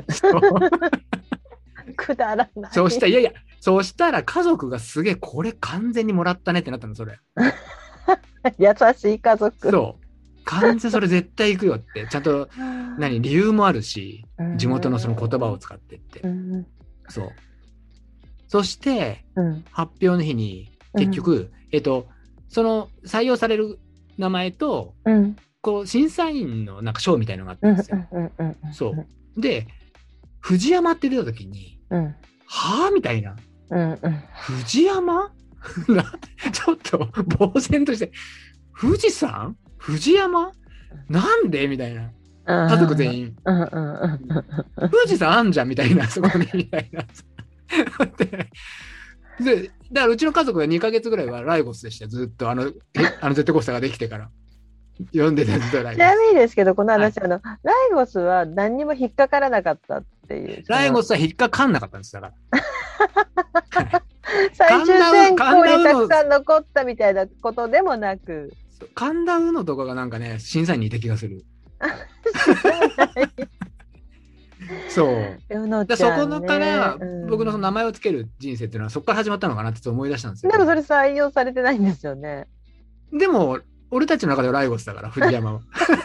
くだらない。 そうしたら、いやいや、そうしたら家族がすげえ、これ完全にもらったねってなったの、それ。 優しい家族。 そう。完全それ絶対行くよって。ちゃんと、何、理由もあるし、地元のその言葉を使ってって。そう。そして、うん、発表の日に、結局、うん、えっと、その採用される名前と、うんこう審査員のなんか賞みたいなのがあったんですよ。そう。で、藤山って出た時に、うん、はぁみたいな。 うんうん、 藤山ちょっと呆然として、富士山藤山なんでみたいな。家族全員。 うんうんうん、 富士山あんじゃんみたいな、そこにみたいな。で、だからうちの家族がにかげつぐらいはライゴスでした。ずっとあの、あのジェットコースターができてから。読んでたずっとライゴス。 ちなみにですけど、この話、はい、あの、ライゴスは何にも引っかからなかったっていう。 ライゴスは引っかかんなかったんです、だから。 最終選考にたくさん残ったみたいなことでもなく。 神田うのとかがなんかね、審査員にいた気がする。そう。ね、だそこのから、うん、僕のその名前をつける人生っていうのはそこから始まったのかなって思い出したんですよ。 でもそれ採用されてないんですよね。 でも俺たちの中ではライゴスだから、藤山は。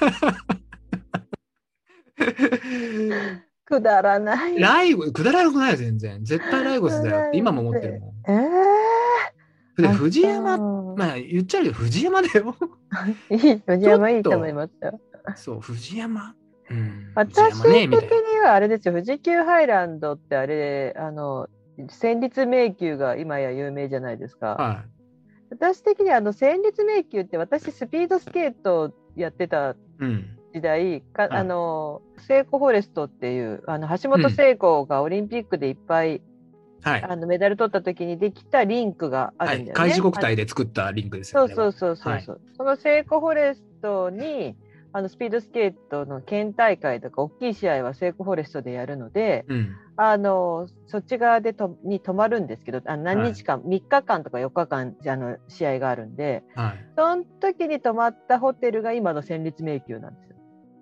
くだらない。 ライゴスくだらなくないよ全然。絶対ライゴスだよって今も思ってるもん。 えー、 で藤山、まあ言っちゃうけど藤山だよ。 いい藤山いいと思いますよ。 そう藤山。うん、 私的にはあれですよ、富士急ハイランドってあれ、あの戦慄迷宮が今や有名じゃないですか。はい、私的にはあの戦慄迷宮って私スピードスケートやってた時代、うん、かあの聖子フォレストっていうあの橋本聖子がオリンピックでいっぱい、うん、あのメダル取った時にできたリンクがあるんだよね。 はい、海事国体で作ったリンクですよね。 そうそうそうそう、はい、その聖子フォレストにあのスピードスケートの県大会とか大きい試合は聖子フォレストでやるので、うん、あのそっち側でとに泊まるんですけど、あ何日間、はい、みっかかんとかよっかかんあの試合があるんで、はい、その時に泊まったホテルが今の戦慄迷宮なんですよ。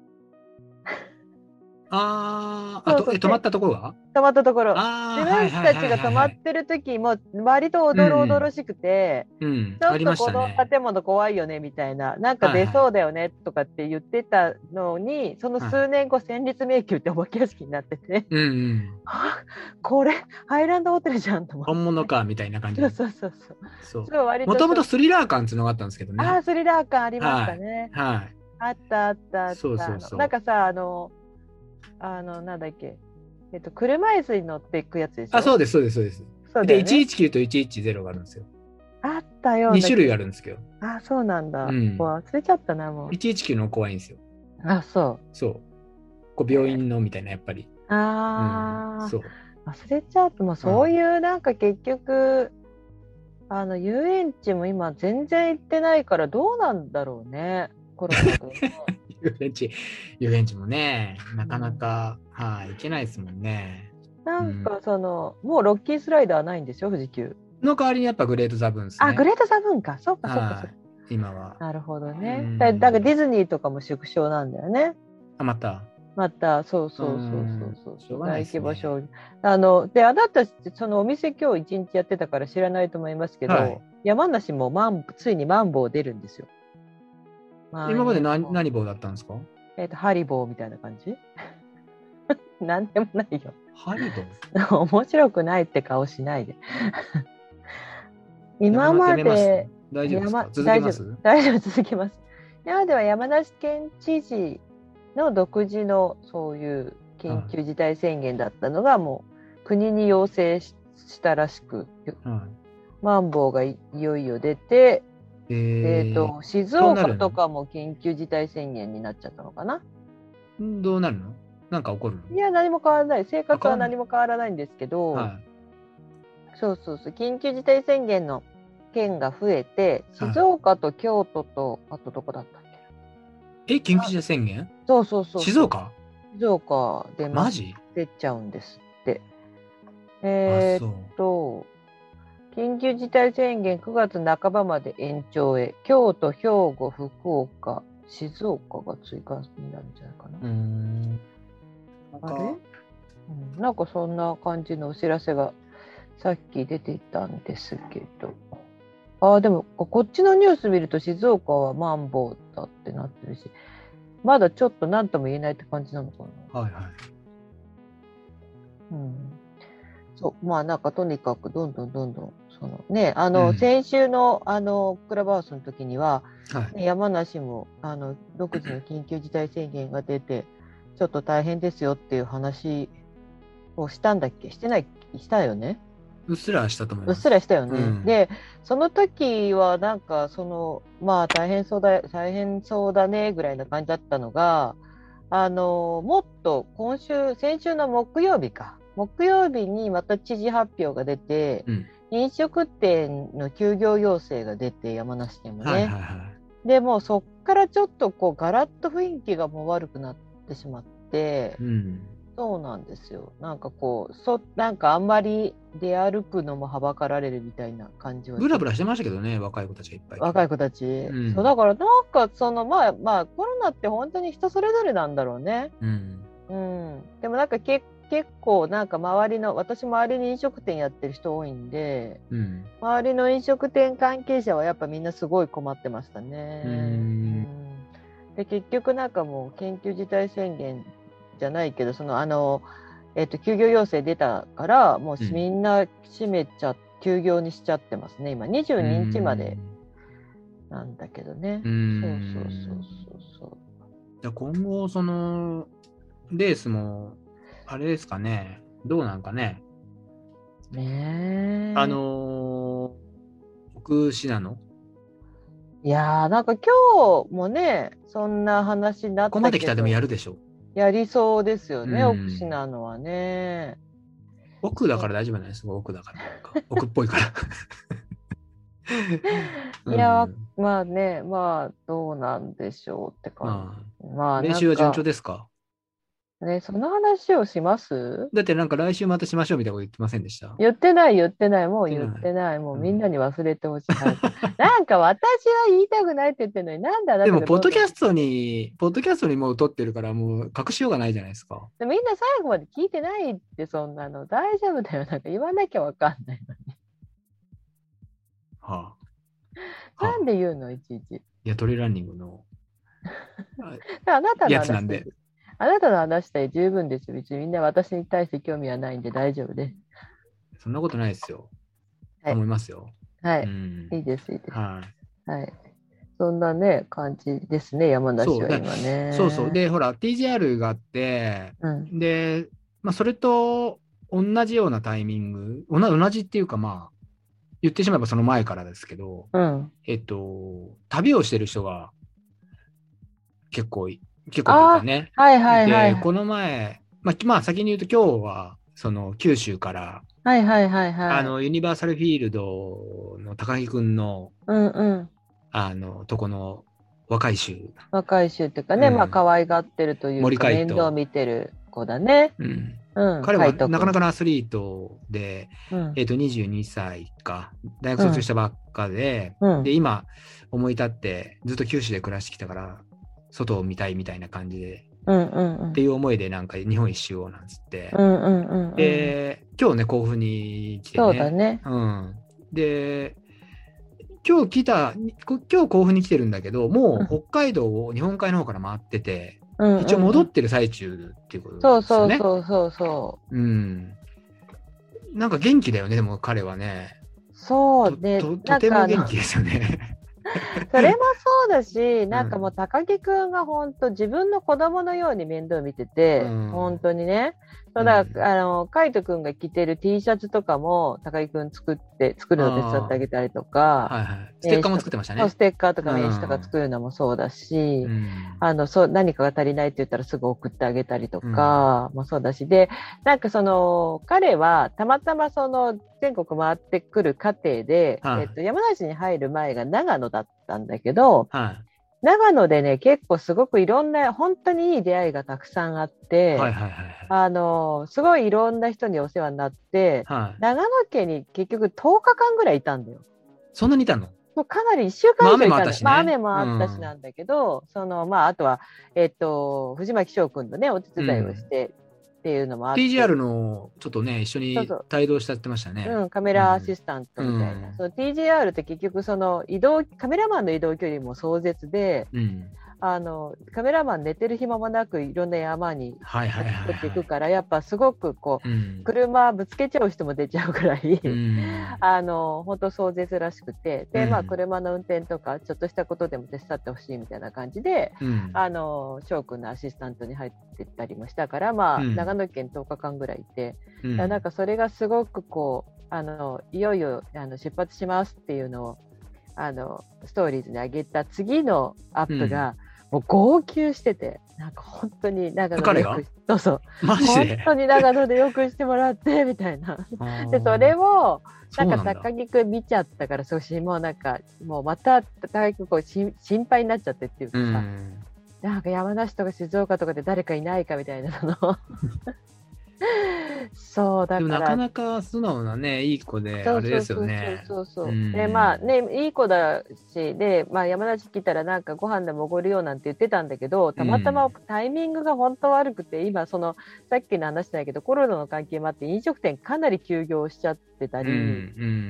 あーあとえ泊まったところが泊まったところ、自分たちが泊まってる時も割とおどろおどろしくて、うんうん、ちょっとこの建物怖いよねみたいな、なんか出そうだよねとかって言ってたのに、はいはい、その数年後戦慄迷宮ってお化け屋敷になってて、うんうん、これハイランドホテルじゃんと思って、 本物かみたいな感じ。 そうそうそうそう。 もともとスリラー感っていうのがあったんですけどね。 ああスリラー感ありましたね。はい。はい、あったあったあった。そうそうそう。なんかさあのあのなんだっけ、えっと車椅子に乗っていくやつでしょ。 あ、そうですそうですそうです。そうだよね、でいちいちきゅうといちいちゼロがあるんですよ。 あったような。 に種類あるんですけど。 あ、そうなんだ。うん、忘れちゃったなもう。 いちいちきゅうの怖いんですよ。 あ、そう。 そう。こう病院のみたいなやっぱり。 ああ、 うん、そう。 忘れちゃうともうそういうなんか結局、うん、あの遊園地も今全然行ってないからどうなんだろうね。コロナで、ね。 遊園地、遊園地もね、なかなか、うん、はい、行けないですもんね。 なんかその、うん、もうロッキースライダーないんでしょ、富士急。 の代わりにやっぱグレートザブーンですね。 あ、グレートザブーンか。そうかそうかそうか。 今は。 なるほどね。だ, だからディズニーとかも縮小なんだよね。 あ、また。 また、そうそうそうそうそう。大規模商業。あの、で、あなた、そのお店今日一日やってたから知らないと思いますけど、はい、山梨もマンついにマンボウ出るんですよ。 今まで何、何棒だったんですか？ えっと、ハリボーみたいな感じなんでもないよ。 ハリボー面白くないって顔しないで。今まで、 大丈夫ですか？続けます？ 大丈夫、続けます。今までは山梨県知事の独自のそういう緊急事態宣言だったのが、もう国に要請したらしく、はい、マンボウが い, いよいよ出て、えー、と静岡とかも緊急事態宣言になっちゃったのかな。 どうなるの？なんか起こるの？ いや、何も変わらない。生活は何も変わらないんですけど、はい、そうそうそう、緊急事態宣言の県が増えて、静岡と京都と、はい、あとどこだったっけ？え、緊急事態宣言？ そうそうそう。 静岡？ 静岡でマジ？ 出ちゃうんですって。えー、っと、緊急事態宣言くがつなかばまで延長へ。京都、兵庫、福岡、静岡が追加になるんじゃないかな。うーん、あれ、うん、なんかそんな感じのお知らせがさっき出てたんですけど。あ、でもこっちのニュース見ると静岡はマンボウだってなってるし、まだちょっと何とも言えないって感じなのかな。はいはい。うん。そう、まあなんかとにかくどんどんどんどんそのね、あの、うん、先週のあのクラブハウスの時には、はい、ね、山梨もあの独自の緊急事態宣言が出てちょっと大変ですよっていう話をしたんだっけ？してない？したよね。 うっすらしたと思います。 うっすらしたよね。 うん、 で、その時はなんかそのまあ大変そうだ大変そうだねぐらいな感じだったのが、あのもっと今週先週の木曜日か木曜日にまた知事発表が出て、うん、飲食店の休業要請が出て山梨県もね。はいはいはい、でもうそっからちょっとこうガラッと雰囲気がもう悪くなってしまって。うん、そうなんですよ。なんかこう、そなんかあんまり出歩くのもはばかられるみたいな感じは。 ブラブラしてましたけどね、若い子たちがいっぱい。 若い子たち。うん、そうだからなんかそのまあまあコロナって本当に人それぞれなんだろうね。うん。うん、でもなんかけ結構なんか周りの私周りに飲食店やってる人多いんで、うん、周りの飲食店関係者はやっぱみんなすごい困ってましたね。うん、で結局なんかもう緊急事態宣言じゃないけどそのあの、えーと、休業要請出たからもうみんな閉めちゃ、うん、休業にしちゃってますね今にじゅうににちまでなんだけどね。うん、そうそうそうそうそう。 じゃ今後そのレースもあれですかね、どうなんかね。 ねあのー、奥信濃いやーなんか今日もねそんな話になったけど、ここまで来たらでもやるでしょ。 やりそうですよね、うん、奥信濃はね。 奥だから大丈夫なんですよ、奥だから奥っぽいからいや、うん、まあねまあどうなんでしょうってか、 まあ、まあ、練習は順調ですかね。その話をします？ だってなんか来週またしましょうみたいなこと言ってませんでした？ 言ってない言ってないもう言ってない、もうみんなに忘れてほしい、うん、なんか私は言いたくないって言ってるのになんであなたがでもポッドキャストにポッドキャストにもう撮ってるからもう隠しようがないじゃないですか。 でみんな最後まで聞いてないってそんなの大丈夫だよなんか言わなきゃわかんないのにはあ、なんで言うのいちいち。いやトレランニングのあなたのやつなんで。 あなたの話したら十分ですよ。別にみんな私に対して興味はないんで大丈夫です。 そんなことないですよ。はい、思いますよ。 はい。うん、いいです、いいです。はい。はい。そんなね、感じですね、山梨は今ね。 そうそう。で、ほら、ティージェーアール があって、うん、で、まあ、それと同じようなタイミング、同じっていうか、まあ、言ってしまえばその前からですけど、うん、えっと、旅をしてる人が結構い結構というかね。 はいはいはい。 で、この前、まあ、まあ、先に言うと今日は、その九州から、 はいはいはいはい。 あの、ユニバーサルフィールドの高木くんの、うんうん。あの、とこの若い衆。 若い衆っていうかね、うん、まあ、可愛がってるというか、面倒見てる子だね。うん。うん、 彼はなかなかのアスリートで、うん、えっと、にじゅうにさいか、大学卒業したばっかで、うん、で、今、思い立って、ずっと九州で暮らしてきたから、外を見たいみたいな感じで、うんうんうん、っていう思いでなんか日本一周をなんつって、うんうんうんうん、で今日ね甲府に来てね。 そうだね、 うん、で今日来た今日甲府に来てるんだけどもう北海道を日本海の方から回ってて、うんうんうん、一応戻ってる最中っていうことですよね。 そうそうそうそう、 うん、なんか元気だよねでも彼はね。 そうでと, と, とても元気ですよね。 それもそうだし、なんかもう高木くんが本当自分の子供のように面倒見てて、うん、本当にね。そうだ、うん、あの海斗くんが着てる T シャツとかも高木くん作って作るの手伝ってあげたりとか、 はいはい、ステッカーも作ってましたね。 ステッカーとか名刺とか作るのもそうだし、うん、あのそう何かが足りないって言ったらすぐ送ってあげたりとかもそうだし、でなんかその彼はたまたまその全国回ってくる過程で、はい、えっと、山梨に入る前が長野だったんだけど、はい、長野でね結構すごくいろんな本当にいい出会いがたくさんあって、はいはいはいはい、あのすごいいろんな人にお世話になって、はい、長野県に結局とおかかんぐらいいたんだよ。 そんなにいたの？ もうかなりいっしゅうかん以上いたんだ、まあ、雨もあったしなんだけど、うん、そのまあ、あとは、えっと、藤巻翔くんとねお手伝いをして、うんっていうのもあってティージーアール のちょっとね一緒に帯同してやってましたね。 そうそう、うん、カメラアシスタントみたいな、うん、その ティージーアール って結局その移動カメラマンの移動距離も壮絶で、うん、あのカメラマン寝てる暇もなくいろんな山に行っていくから、やっぱすごくこう、うん、車ぶつけちゃう人も出ちゃうくらい、うん、あの本当壮絶らしくて、で、まあ、車の運転とかちょっとしたことでも手伝ってほしいみたいな感じで、うん、あの翔くんのアシスタントに入ってったりもしたから、まあ、うん、長野県とおかかんぐらいいて、うん、なんかそれがすごくこうあのいよいよあの出発しますっていうのをあのストーリーズに上げた次のアップが、うん、もう号泣してて、なんか本当に長野でよくそうそうマジで本当に長野でよくしてもらってみたいなでそれをなんか高木くん見ちゃったから、少しもうなんかもうまた高木くんこうし心配になっちゃってっていうかさ、うん、なんか山梨とか静岡とかで誰かいないかみたいなのそうだからでもなかなか素直なねいい子であれですよね。 そうそうそうそう、うん、でまあねいい子だしで、まあ、山梨来たらなんかご飯でもおごるよなんて言ってたんだけど、たまたまタイミングが本当悪くて、うん、今そのさっきの話だけどコロナの関係もあって飲食店かなり休業しちゃってたり、うんうん、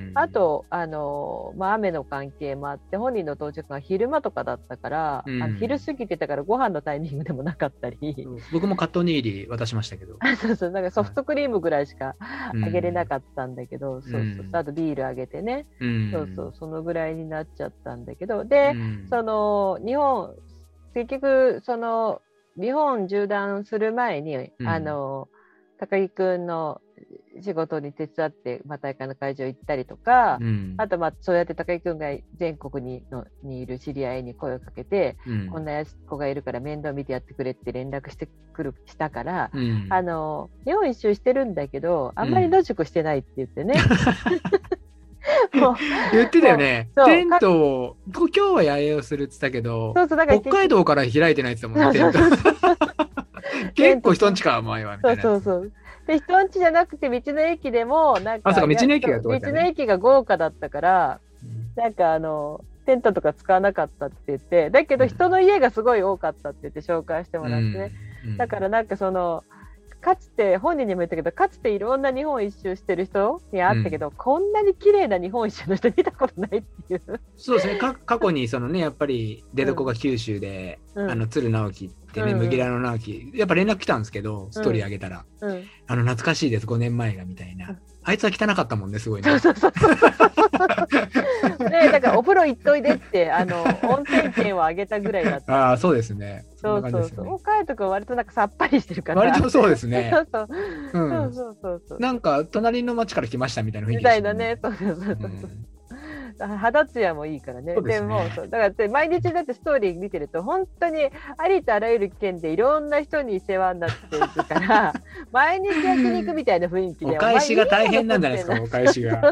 あとあの、まあ、雨の関係もあって本人の到着が昼間とかだったから、うん、あの昼過ぎてたからご飯のタイミングでもなかったり、うん、 僕もカットニーリー渡しましたけどそうそうなんかソフトクリームぐらいしかあげれなかったんだけど、うん、そうそうそうあとビールあげてね、うん、そうそうそのぐらいになっちゃったんだけどで、うん、その日本結局その日本縦断する前に、うん、あの高木くんの仕事に手伝って、まあ、大会の会場行ったりとか、うん、あとまあそうやって高木くんが全国にのにいる知り合いに声をかけて、うん、こんな子がいるから面倒見てやってくれって連絡してくるしたから、うん、あの日本一周してるんだけどあんまり野宿してないって言ってね、 うん、もう言ってたよね。テントを今日は野営をするって言ったけど、そうそうだから北海道から開いてないって言ってたもんね。テント結構人んちか前はみたいな。そうそうそうで人んちじゃなくて道の駅でもなんか、あ、そうか道の駅がどうやったね、道の駅が豪華だったから、うん、なんかあのテントとか使わなかったって言って、だけど人の家がすごい多かったって言って紹介してもらってね、うんうん、だからなんかそのかつて本人にも言ったけどかつていろんな日本一周してる人に会ったけど、うん、こんなに綺麗な日本一周の人見たことないっていう。そうですねか過去にそのねやっぱり出どこが九州で、うん、あの鶴直樹ってね、うん、麦らの直樹やっぱ連絡来たんですけどストーリー上げたら、うん、あの懐かしいですごねんまえがみたいな、うん、あいつは汚かったもんねすごいね。そうそうそうねだからお風呂行っといでってあの温泉券をあげたぐらいだった。 ああそうですね。 そうそうそう。もう海斗君割となんかさっぱりしてるから。 割とそうですね。 そうそう。うん、そうそうそう。 なんか隣の町から来ましたみたいな雰囲気、 ね。みたいなね。そうそうそうそう。うん、肌ツヤもいいからね。で, ねでもそうだから毎日だってストーリー見てると本当にありとあらゆる県でいろんな人に世話になってるから毎日焼肉みたいな雰囲気でお返しが大変なんじゃないですかお返しが。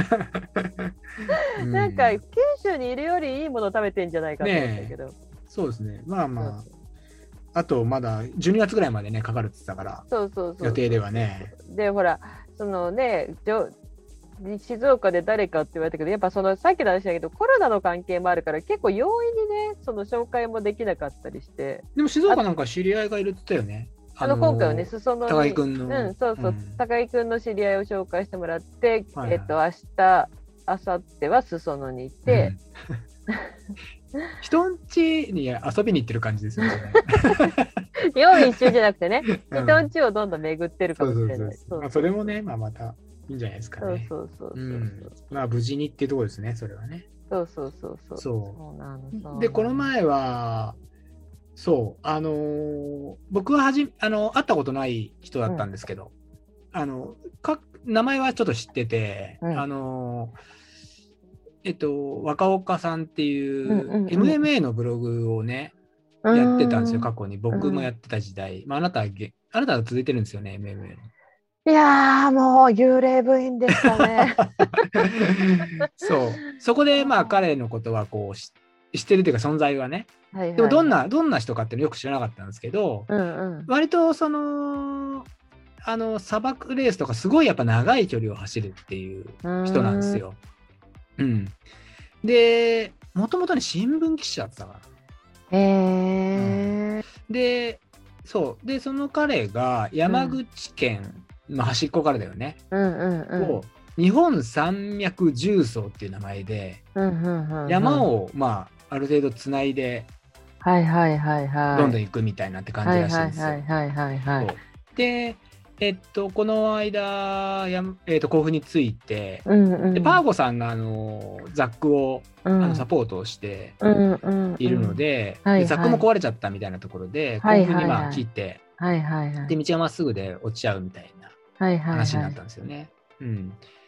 なんか九州にいるよりいいもの食べてんじゃないかと思うんだけど。ね、 そうですね。まあまあ。そうそうあとまだじゅうにがつぐらいまでねかかるって言ってたからそうそうそう予定ではね。 でほらそのね静岡で誰かって言われたけどやっぱそのさっきの話だけどコロナの関係もあるから結構容易にねその紹介もできなかったりして。 でも静岡なんか知り合いがいるって言ったよね。 あの今回はね裾野に高井くんの、 うん、そうそう、うん、高井くんの知り合いを紹介してもらって、はいはい、えっと明日明後日は裾野に行って。 うん人ん家に遊びに行ってる感じですよね。 日本一周じゃなくてね、人ん家をどんどん巡ってるかもしれない。 それもね、まあ、またいいんじゃないですかね。 そうそうそうそう、うん、 まあ無事にっていうところですね、それはね。 そうそうそうそう。 そうなのでこの前はそうあのー、僕ははじあの会ったことない人だったんですけど、うん、あのか名前はちょっと知ってて、うん、あのー。えっと、若岡さんっていう エムエムエー のブログをね、うんうんうん、やってたんですよ過去に。僕もやってた時代、うんまあ、あなたはあなたは続いてるんですよね エムエムエー の。 いやーもう幽霊部員でしたね。 そうそこでまあ彼のことはこうし知ってるというか存在はね、はいはいはい、でもどんなどんな人かっていうのよく知らなかったんですけど、うんうん、割とそのあの砂漠レースとかすごいやっぱ長い距離を走るっていう人なんですよ。うん、でもともとね新聞記者だったから。へー、うん、でそうでその彼が山口県の端っこからだよね、うんうんうん、を日本山脈縦走っていう名前で、うんうんうんうん、山をまあある程度つないではいはいはいはいどんどん行くみたいなって感じらしいんですよ。はいはいはいはいはい。でえっと、この間や、えっと、甲府について、うんうん、でパーゴさんがあのザックを、うん、あのサポートをしているので、うんうんうん、でザックも壊れちゃったみたいなところで、はいはい、甲府にまあ来て、はいはいはい、で道がまっすぐで落ちちゃうみたいな話になったんですよね。はいはいはいうん、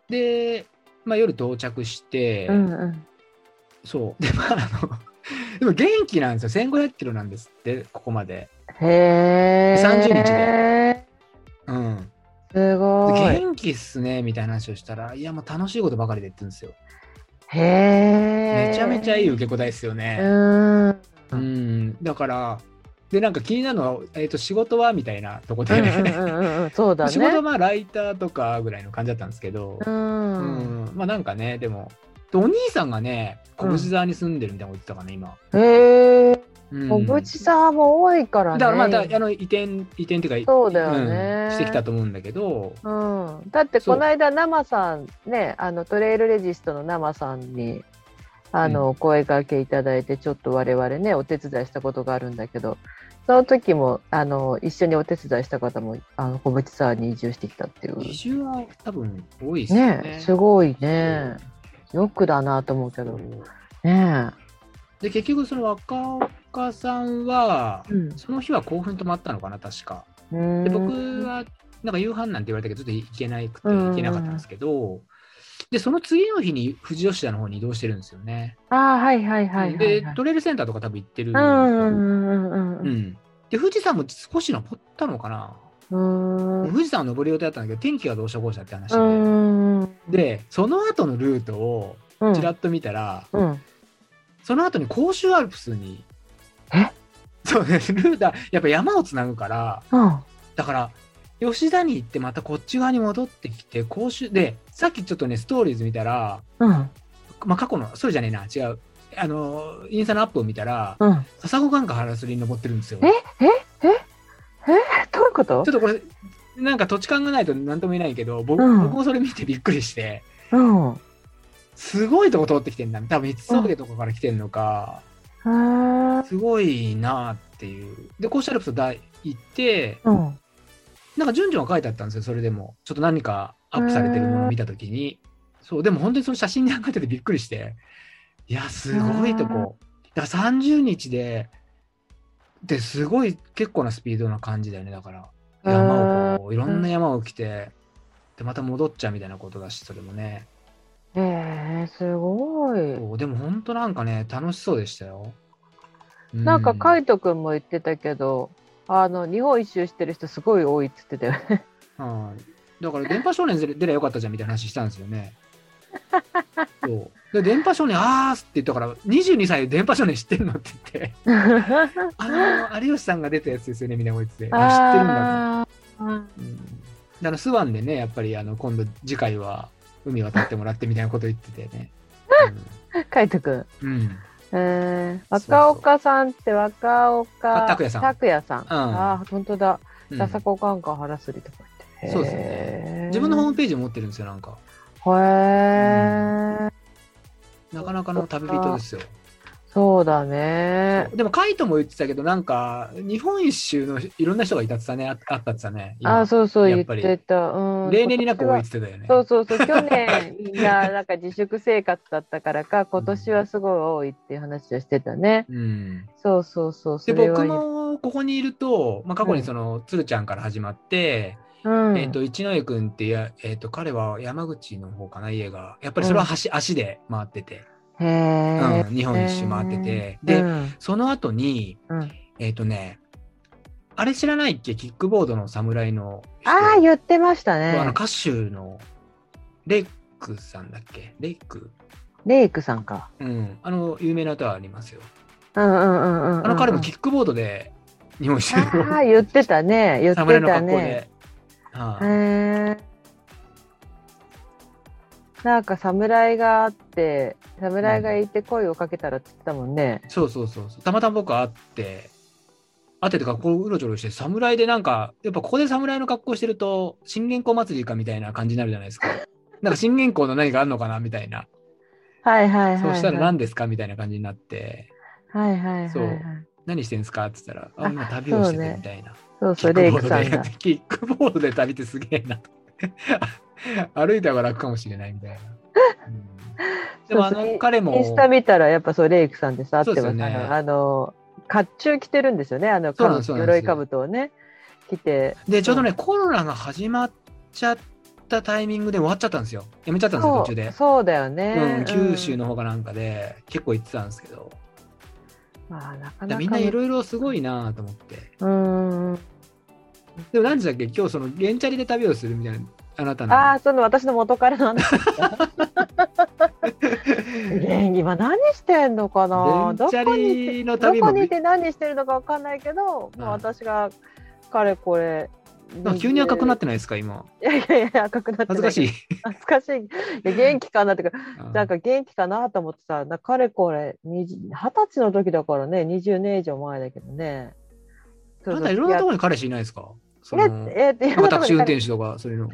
で、まあ、夜到着して、 うんうん、 そうで、まあ、あのでも元気なんですよ。せんごひゃくキロなんですって、ここまで。 へー。 さんじゅうにちで。うん。 すごい。 元気っすね、みたいな話をしたら、いや、もう楽しいことばかりで言ってるんですよ。 へー。 めちゃめちゃいい受け答えですよね。 うん。 うん。だから、で、なんか気になるのは、えっと、仕事はみたいなとこで、 そうだね。 仕事はまあ、ライターとかぐらいの感じだったんですけど、 うん。 うん、まあなんかね、でも、お兄さんがね、小淵沢に住んでるみたいなこと言ってたかな、今。 へえ。小うん、 淵沢も多いからね。 だからまあ、あの移転、移転っていうか、 そうだよね、 うん、してきたと思うんだけど、 うん、だってこの間、生さんね、あのトレイルレジストの生さんにあの、うん、声掛けいただいて、ちょっと我々ね、お手伝いしたことがあるんだけど、その時もあの一緒にお手伝いした方もあの小淵沢に移住してきたっていう。 移住は多分多いですね。 ね、すごいね。よくだなと思うけど。ねで、結局その若岡さんは、 うん、 その日は興奮泊まったのかな、確か。で、僕はなんか夕飯なんて言われたけど、ちょっと行けなくて行けなかったんですけど、で、その次の日に富士吉田の方に移動してるんですよね。 ああ、はいはいはい、はい。 で、トレイルセンターとか多分行ってるんですよ。うん。で、富士山も少し登ったのかな。うん富士山を登る予定だったんだけど、天気がどうしたこうしたって話で。うんで、その後のルートをちらっと見たら、うんうん、その後に甲州アルプスに、 えそうね、ルート、やっぱ山をつなぐから、うん、だから、吉田に行ってまたこっち側に戻ってきて、甲州で、さっきちょっとね、ストーリーズ見たら、うん、まあ過去の、そうじゃねえな、違う。あの、インスタのアップを見たら、うん、笹子眼下原すりに登ってるんですよ。 ええええどういうこと？ ちょっとこれ、なんか土地勘がないと何とも言えないけど、僕、うん、僕もそれ見てびっくりして、うん、すごいとこ通ってきてんだ。多分、三峠とかから来てんのか、うん、すごいなっていう。で、甲州アルプス行って、うん、なんか順序が書いてあったんですよ、それでも。ちょっと何かアップされてるものを見たときに。そう、でも本当にその写真に上がっててびっくりして、いや、すごいとこ。だからさんじゅうにちで、ですごい結構なスピードな感じだよね。だから山をこういろんな山を来てでまた戻っちゃうみたいなことだし、それもね。 えー、すごい。 そうでも本当なんかね楽しそうでしたよ。 うん、なんか海斗くんも言ってたけど、あの日本一周してる人すごい多いって言ってたよね。 はい。だから電波少年出ればよかったじゃんみたいな話したんですよね。そうで電波少年あーって言ったからにじゅうにさいで電波少年知ってるのって言ってあの有吉さんが出たやつですよねみたいなこと言ってあ知ってるんだと、うん、あのスワンでねやっぱりあの今度次回は海渡ってもらってみたいなこと言っててね海斗くん、 うんえー、若岡さんって若岡拓也さん拓也さん、うん、ああ本当だ笹子眼下原すりとか言ってそうですね自分のホームページ持ってるんですよなんかへー、うんなかなかの旅人ですよ。 そうだね。 でもカイトも言ってたけどなんか日本一周のいろんな人がいたってたねあったってたね。 あそうそう言ってた。うん、 例年になく多いって言ってたよね。 そうそうそう去年みんななんか自粛生活だったからか今年はすごい多いっていう話をしてたね。うん、そうそうそうで僕もここにいると、まあ、過去にその、うん、鶴ちゃんから始まって。うん、えっ、ー、と一ノ江君ってや、えー、と彼は山口の方かな家がやっぱりそれは 足,、うん、足で回ってて、 へうん、日本一周回っててで、うん、その後に、うん、えっ、ー、とねあれ知らないっけキックボードの侍の人ああ言ってましたね。 あの歌手のレイクさんだっけレイクレイクさんか、 うん、あの有名な歌ありますよ。 うんうんうんうん、うん、 あの彼もキックボードで日本一周ああ言ってたね言ってたね侍の格好ではあ、へーなんか侍があって侍がいて声をかけたらって言ってたもんね、 うん、そうそうそうたまたま僕会って会ってとかこううろちょろして侍でなんかやっぱここで侍の格好してると信玄公祭りかみたいな感じになるじゃないですかなんか信玄公の何かあるのかなみたいなはいはいはい、はい、 そうしたら何ですかみたいな感じになってはいはいはい、はい、 そう何してんすかって言ったらあ今旅をしててみたいなそうそう、レイクさんが。 キックボードで旅ってすげえなと。歩いた方が楽かもしれないみたいな。うん、でもあの彼も。 インスタ見たらやっぱそうレイクさんでさ、合ってますね。あの、甲冑着てるんですよね。あの、鎧兜をね、着て。 で、ちょうどね、コロナが始まっちゃっったタイミングで終わっちゃったんですよ。やめちゃったんですよ、途中で。 そうだよね、 うん。九州の方かなんかで結構行ってたんですけど。 まあ、なかなかみんないろいろすごいなと思って。 うん。 でも何でしたっけ、今日その原チャリで旅をするみたいな、あなたの。 ああ、その私の元彼の話。今何してんのかな。 原チャリの旅もどこにいて何してるのかわかんないけど、もう私がかれこれ。 急に赤くなってないですか今。 いやいやいや、赤くなってない。 恥ずかしい。 恥ずかしい。いや元気かなってか、なんか元気かなと思ってさ、かれこれ二十歳の時だからね、にじゅうねん以上前だけどね。 あなたいろんなところに彼氏いないですか？そのええタクシー運転手とかそういうの。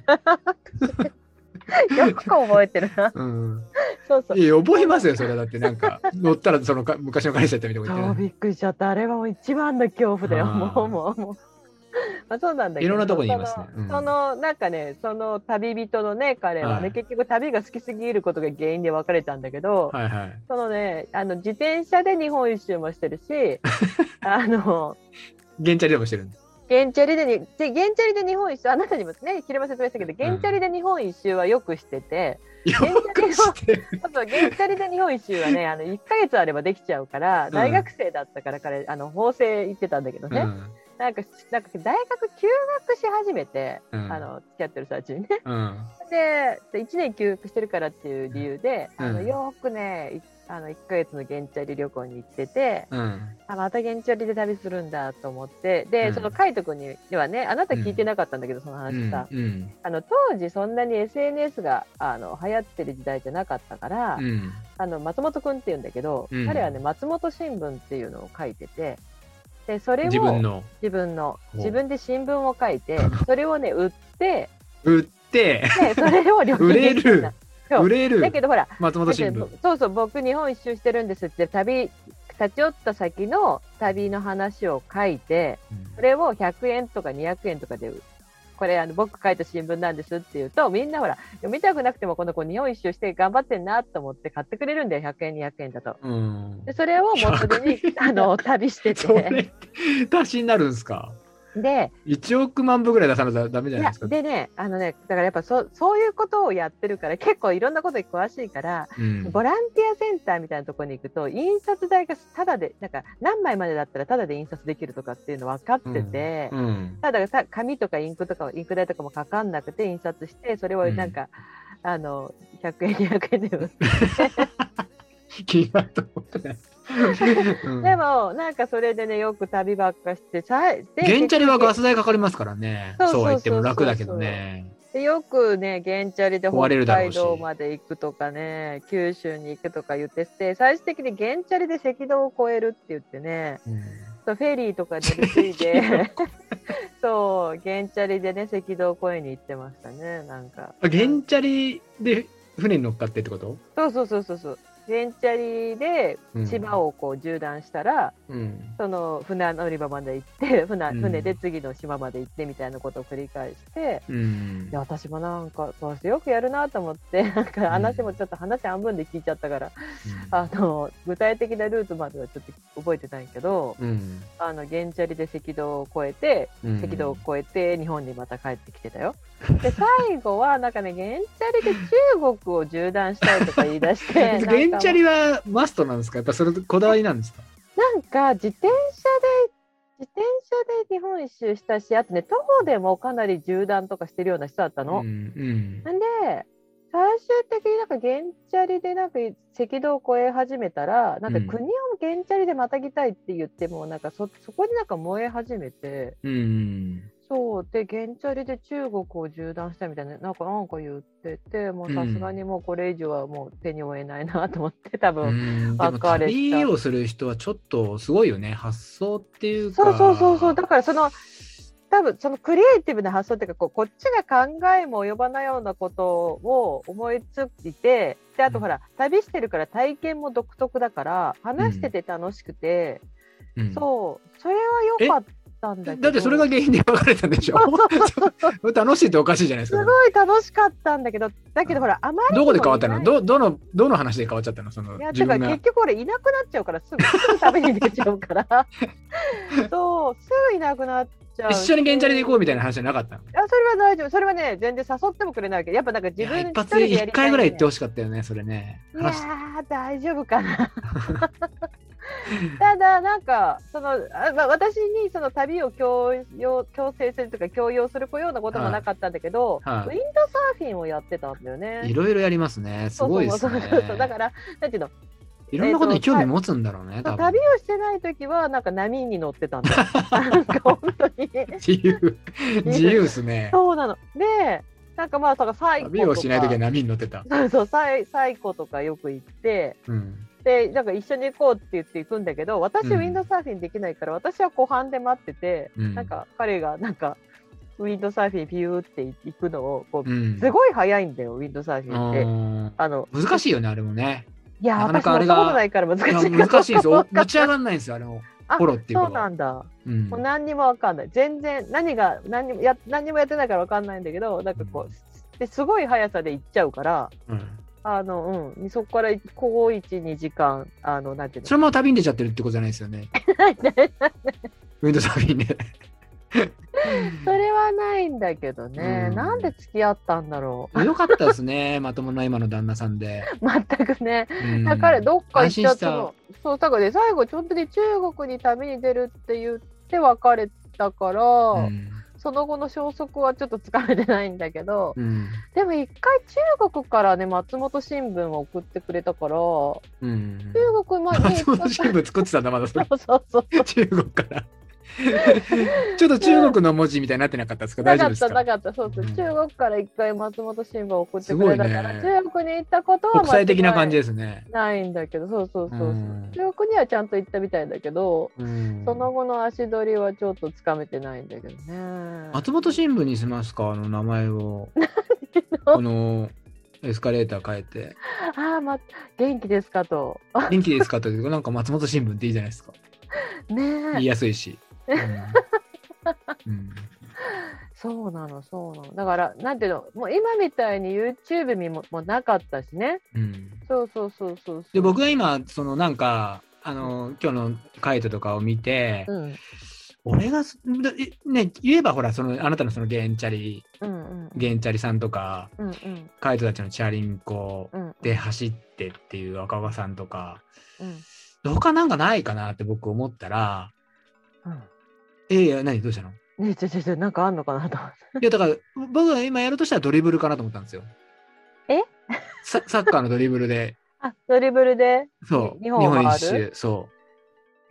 よく覚えてるな。 うん。 そうそう。 いや覚えますよそれだってなんか乗ったらそのか昔の彼氏だったみたいなこと言って。 びっくりしちゃった。あれはもう一番の恐怖だよ。もうもうもう。まあそうなんだけど。 いろんなとこにいますね。 その、うん、そのなんかね、その旅人のね彼はね、はい、結局旅が好きすぎることが原因で別れたんだけど、 はいはい、 そのねあの自転車で日本一周もしてるし、あの原チャリでもしてるんです。 原チャリでに、で原チャリで日本一周、あなたにもね、昼間説明したけど、原チャリで日本一周はよくしてて、 うん、よくしてる。 そうそう、原チャリで日本一周はね、あのいっかげつあればできちゃうから、うん、大学生だったから彼、あの法政行ってたんだけどね、うん、なんか、なんか大学休学し始めて、うん、あの付き合ってる最中にね。うん、で、いちねん休学してるからっていう理由で、うん、あのよくね、あのいっかげつの原チャリ旅行に行ってて、うん、あまた原チャリで旅するんだと思って、で、うん、その海斗君にではね、あなた聞いてなかったんだけど、うん、その話さ、うんうん、あの当時そんなに エスエヌエス があの流行ってる時代じゃなかったから、うん、あの松本君っていうんだけど、うん、彼はね松本新聞っていうのを書いてて、でそれを自分の自分の自分で新聞を書いて、それをね売って売ってでそれを旅費売れる売れるだけどほら松本新聞そうそう僕日本一周してるんですって旅立ち寄った先の旅の話を書いて、うん、それをひゃくえんとかにひゃくえんとかでこれあの僕書いた新聞なんですって言うと、みんなほら読みたくなくてもこの子日本一周して頑張ってんなと思って買ってくれるんだよ、ひゃくえんにひゃくえんだと、うん、でそれを元手にあの旅しててそれ足しになるんですか。 でいちおくまんぶぐらい出さないとダメじゃないですか。 でね、あのね、だからやっぱ そ, そういうことをやってるから結構いろんなことに詳しいから、うん、ボランティアセンターみたいなところに行くと印刷代がタダでなんか何枚までだったらタダで印刷できるとかっていうの分かってて、うんうん、ただ紙とかインクとかインク代とかもかかんなくて印刷してそれをなんか、うん、あのひゃくえんにひゃくえんで売って気がと思ってないうん、でもなんかそれでねよく旅ばっかしてさ原チャリはガス代かかりますからね。そうは言っても楽だけどね。 でよくね原チャリで北海道まで行くとかね九州に行くとか言ってて、最終的に原チャリで赤道を越えるって言ってね、うん、そうフェリーとかで乗り継いでそう原チャリでね赤道を越えに行ってましたね。なんか原チャリで船に乗っかってってこと？ そうそうそうそうそう。原チャリで島をこう縦断したら、うん、その船乗り場まで行って船、うん、船で次の島まで行ってみたいなことを繰り返して、うん、いや私もなんかそうしてよくやるなと思ってなんか話もちょっと話半分で聞いちゃったから、うん、あの具体的なルートまではちょっと覚えてないけど、うん、あの原チャリで赤道を越えて、うん、赤道を越えて日本にまた帰ってきてたよ。で最後はなんかね原チャリで中国を縦断したいとか言い出して原チャリはマストなんですか？やっぱそれこだわりなんですか？ なんか自転車で自転車で日本一周したし、あとね徒歩でもかなり縦断とかしてるような人だったの。うんうん、なんで最終的になんか原チャリでなんか赤道を越え始めたらなんか国を原チャリでまたぎたいって言ってもなんか そ, そこになんか燃え始めて、うん、そうで原チャリで中国を縦断したみたいななんかなんか言ってて、もうさすがにもうこれ以上はもう手に負えないなと思って多分別れた。でも旅をする人はちょっとすごいよね、発想っていうか。 そうそうそうそう、だからその多分そのクリエイティブな発想っていうかこうこっちが考えも及ばないようなことを思いついて、であとほら、うん、旅してるから体験も独特だから話してて楽しくて、うん、そうそれは良かったんだけど。 だってそれが原因で別れたんでしょ。楽しいっておかしいじゃないですか。 すごい楽しかったんだけど、だけどほらあまりどこで変わったの？どどのどの話で変わっちゃったの？そのいやだから結局俺いなくなっちゃうからすぐすぐ旅に出ちゃうからそうすぐいなくなっちゃう。 一緒にゲンチャリで行こうみたいな話じゃなかったの？いや、それは大丈夫。それはね、全然誘ってもくれないけど、やっぱなんか自分一発で一回ぐらい行ってほしかったよね、それね。 いやー、大丈夫かな。ただ、なんか、その、あまあ、私にその旅を強要強制するとか強要するようなこともなかったんだけど、はいはい、ウィンドサーフィンをやってたんだよね。 いろいろやりますね。すごいですね。 そうそうそうだから、なんていうの、 いろんなことに興味持つんだろうね。えー、 旅をしてないときは、なんか波に乗ってたんだよ。なんか本当に。 自由。自由ですね。 そうなの。で、なんかまあ、サイコとか。 旅をしないときは波に乗ってた。 そうそう、サイ、サイコとかよく行って、うん、で、なんか一緒に行こうって言って行くんだけど、私、ウィンドサーフィンできないから、うん、私は湖畔で待ってて、うん、なんか彼が、なんか、ウィンドサーフィンビューって行くのをこう、うん、すごい早いんだよ、ウィンドサーフィンって。あの難しいよね、あれもね。 いや、私乗ったことないから難しい。 難しいですよ。持ち上がんないんですよ、あの、フォローっていうのは。 そうなんだ。うん、もう何にもわかんない。全然、何が、何にもや、何にもやってないからわかんないんだけど、なんかこう、うん、ですごい速さで行っちゃうから、うん、あの、うん、そこからこういち、にじかん、あの、なんていうの。 そのまま旅に出ちゃってるってことじゃないですよね。ウィンドサーフィンで。 それはないんだけどね、うん、なんで付き合ったんだろう。よかったですね、まともな今の旦那さんで。 全くね、だからどっか行っちゃったの。そう、だからね、最後、ちょっとで中国に旅に出るって言って別れたから、うん、その後の消息はちょっとつかめてないんだけど、うん、でも一回中国からね、松本新聞を送ってくれたから、うん、中国まで松本新聞作ってたんだ、まだそれ。 そうそうそう。 中国から。ちょっと中国の文字みたいになってなかったですか？大丈夫ですか？ なかった、なかった、そうそう、うん、中国から一回松本新聞を送ってくれたから、ね、中国に行ったことは国際的な感じですね。 ないんだけど、そうそうそうそう、うん、中国にはちゃんと行ったみたいだけど、うん、その後の足取りはちょっとつかめてないんだけどね。 松本新聞にしますか、あの名前を。このエスカレーター変えて。 ああ、ま、元気ですかと。 元気ですかと、なんか松本新聞っていいじゃないですか。 ねえ。 言いやすいし。うんうん、そうなの、そうなの。だから、なんていうの、もう今みたいに YouTube 見ももなかったしね。うん、そうそうそうそうそう。 で、僕は今、そのなんか、あの、今日のカイトとかを見て、うん、俺が、ね、言えばほら、その、あなたのそのゲンチャリ、うんうん、ゲンチャリさんとか、うんうん、カイトたちのチャリンコで走ってっていう赤川さんとか、うん、他なんかないかなって僕思ったら、うん、えー、いや、何どうしたの？ ね、ちょちょちょ、なんかあんのかなと思って。 いや、だから、僕が今やるとしたらドリブルかなと思ったんですよ。 えササッカーのドリブルで。 あ、ドリブルでそう。 日本一周。そう。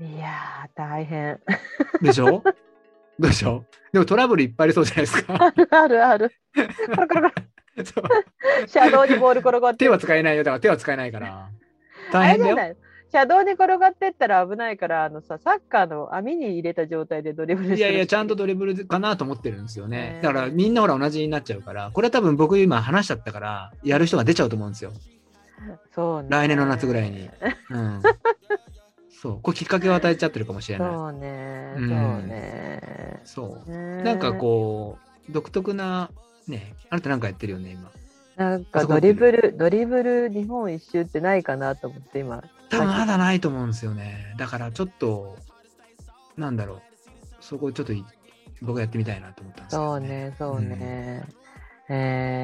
いやー、大変。 でしょどうでしょでもトラブルいっぱいありそうじゃないですか。 あるあるある。コロコロコロ。そう。車道にボール転がって。 手は使えないよ。だから手は使えないから。大変だよ。 あれじゃない。車道に転がってったら危ないから、あのさ、サッカーの網に入れた状態でドリブルしてる。 いやいや、ちゃんとドリブルかなと思ってるんですよね。だからみんなほら同じになっちゃうから、これは多分僕今話しちゃったから、やる人が出ちゃうと思うんですよ。 そうね。 来年の夏ぐらいに。うん。そう。これきっかけを与えちゃってるかもしれない。 そうね。そうね。 そう。なんかこう、独特な、ね、あなたなんかやってるよね、今。 なんかドリブル、ドリブル日本一周ってないかなと思って今。 多分まだないと思うんですよね。だからちょっと、なんだろう。そこちょっと僕やってみたいなと思ったんですよね。 そうね、そうね。うん、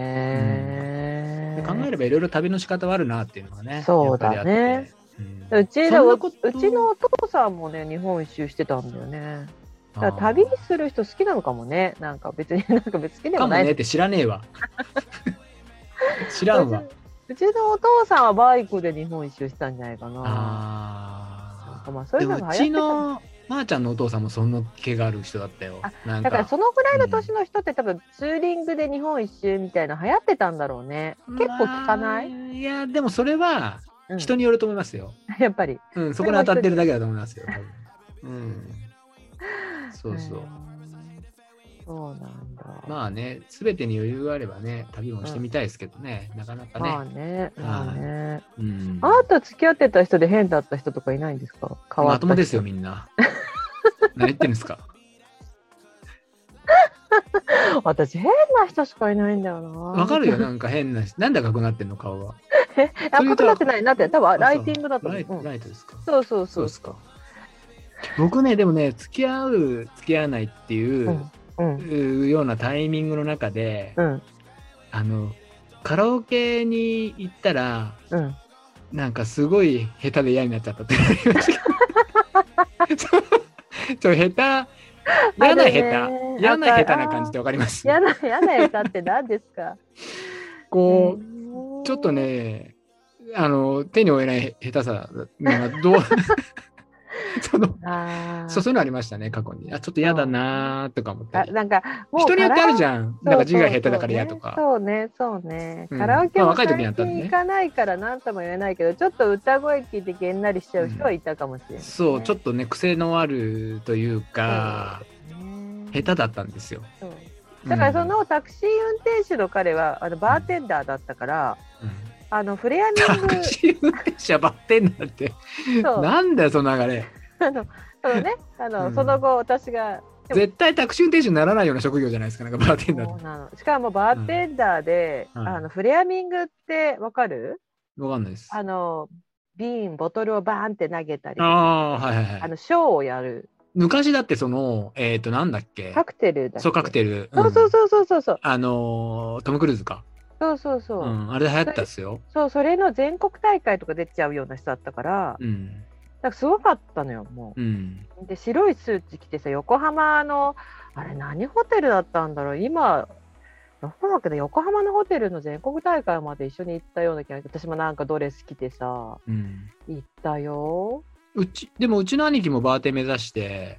えーうん、考えればいろいろ旅の仕方はあるなっていうのがね。 そうだね。うん、うちのうちのお父さんもね、日本一周してたんだよね。だから旅する人好きなのかもね。なんか別になんか別に好きでもない。 かもねって知らねえわ。知らんわ。 うちのお父さんはバイクで日本一周したんじゃないかな。ああ。まあそういうのが流行ってた。 うちのまーちゃんのお父さんもそんな気がある人だったよ。 なんかだからそのぐらいの年の人って多分ツーリングで日本一周みたいな流行ってたんだろうね。結構聞かない？まあ、 いやでもそれは人によると思いますよ。 うん、やっぱり。 うん、そこに当たってるだけだと思いますよ。うん。そうそう。 そうなんだ。 まあね、すべてに余裕があればね、旅もしてみたいですけどね、うん、なかなかね。 まあね、まあね。うん、あなた付き合ってた人で変だった人とかいないんですか？変わった人。 まともですよ、みんな。何言ってんですか？ 私、変な人しかいないんだよな。 わかるよ、なんか変な人。なんで赤くなってんの、顔が。 え、赤くなってない。なって、多分ライティングだと思う。 ライト、ライトですか？ そうそうそう。そうですか。 僕ねでもね付き合う付き合わないっていう、 うんうん、 ようなタイミングの中で、 うん、あのカラオケに行ったら、 うん、 なんかすごい下手で嫌になっちゃったってなりましたそう下手嫌な下手嫌な下手な感じってわかります？ 嫌な嫌な下手って何ですか？ こうちょっとねあの手に負えない下手さがどうそのあそうそういうのありましたね過去に。あちょっと嫌だなとか思ったり。なんかもう人によってあるじゃん。なんか字が下手だから嫌とか。 そうねそうね。カラオケも最近行かないから何とも言えないけど、ちょっと歌声聞いてげんなりしちゃう人はいたかもしれない、ねうん。そうちょっとね癖のあるというか、ね、下手だったんですよ。 そうだからそのタクシー運転手の彼はあのバーテンダーだったから。うんうんあのフレアミングタクシー運転手はバッテンダーってなんだよその流れあのそのねあの、うん、その後私が絶対タクシー運転手にならないような職業じゃないですかなんかバーテンダーそうなのしかもバーテンダーで、うん、あのフレアミングってわかる？ わかんないです。 あの瓶ボトルをバーンって投げたりとかあ、はいはいはい、 あのショーをやる昔だってそのえっ、ー、となんだっけカクテルだっけそうカクテル、 うん、そうそうそうそうそうあのー、トム・クルーズかそうそうそう、うん、 あれで流行ったっすよ。 そう、それの全国大会とか出ちゃうような人だったから、うん、だからすごかったのよ、もう。うん、で、白いスーツ着てさ、横浜の、あれ何ホテルだったんだろう、今、どこだっけど、横浜のホテルの全国大会まで一緒に行ったような気がして、私もなんかドレス着てさ、うん、行ったよ。 うち、でもうちの兄貴もバーテン目指して、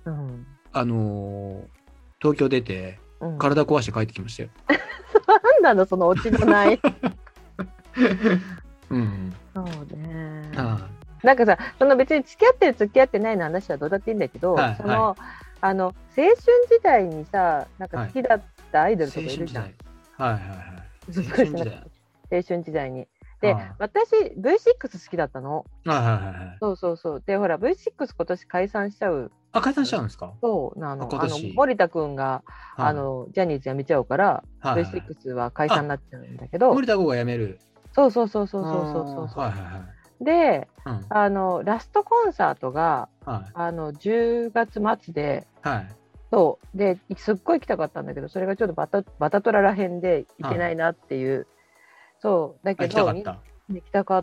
うん、あのー、東京出て、うん、体壊して帰ってきましたよ。 なんなのそのオチのない。 うん、 そうね。ああなんかさ、その別に付き合ってる付き合ってないの話はどうだっていいんだけど、はい、その、はい、あの青春時代にさ、なんか好きだったアイドルとかいるじゃん。はいはいはい。 青春時代。青春時代に。で、ああ私 ブイシックス 好きだったの。はいはいはい。そうそうそう。で、ほら ブイシックス 今年解散しちゃう。 あ、解散しちゃうんですか？ そうなの。あの森田くんが、はい、あのジャニーズ辞めちゃうから、はいはい、ブイシックス は解散になっちゃうんだけど。 森田くんが辞める。 そうそうそうそうそうそうそう。はいはいはい。で、うん、あのラストコンサートが、はい、あのじゅうがつ末で、はい、そうですっごい行きたかったんだけど、それがちょっとバタバタトラらへんで行けないなっていう。はい、そうだけど行きたかった。 行きたかった。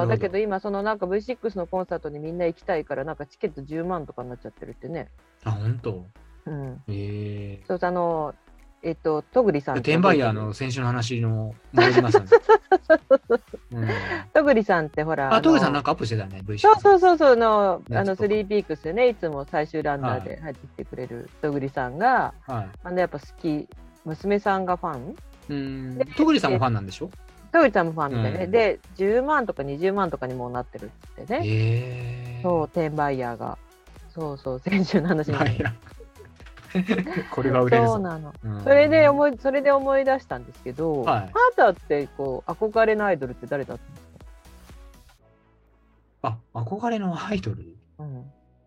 だけど今そのなんか ブイシックス のコンサートにみんな行きたいからなんかチケットじゅうまんとかになっちゃってるってね。 あ、本当。 うん。 へえ。 そうあのえっととぐりさん。 転売ヤーの先週の話の戻りますね。 とぐりさんってほら。 あ、とぐりさんなんかアップしてたね。ブイシックス。そうそうそうそうのあのスリーピークスでねいつも最終ランナーで入ってきてくれるとぐりさんが、はい、あのやっぱ好き娘さんがファン。 うん。とぐりさんもファンなんでしょ？ とぐりさんもファンでね、うん、でじゅうまんとかにじゅうまんとかにもなってるってね。へえ。そう転売ヤーがそうそう先週の話に。 これが売れるぞ。 そうなの、うん、それで思いそれで思い出したんですけど、はい、あなたってこう憧れのアイドルって誰だったんですか？あ、憧れのアイドル、うん、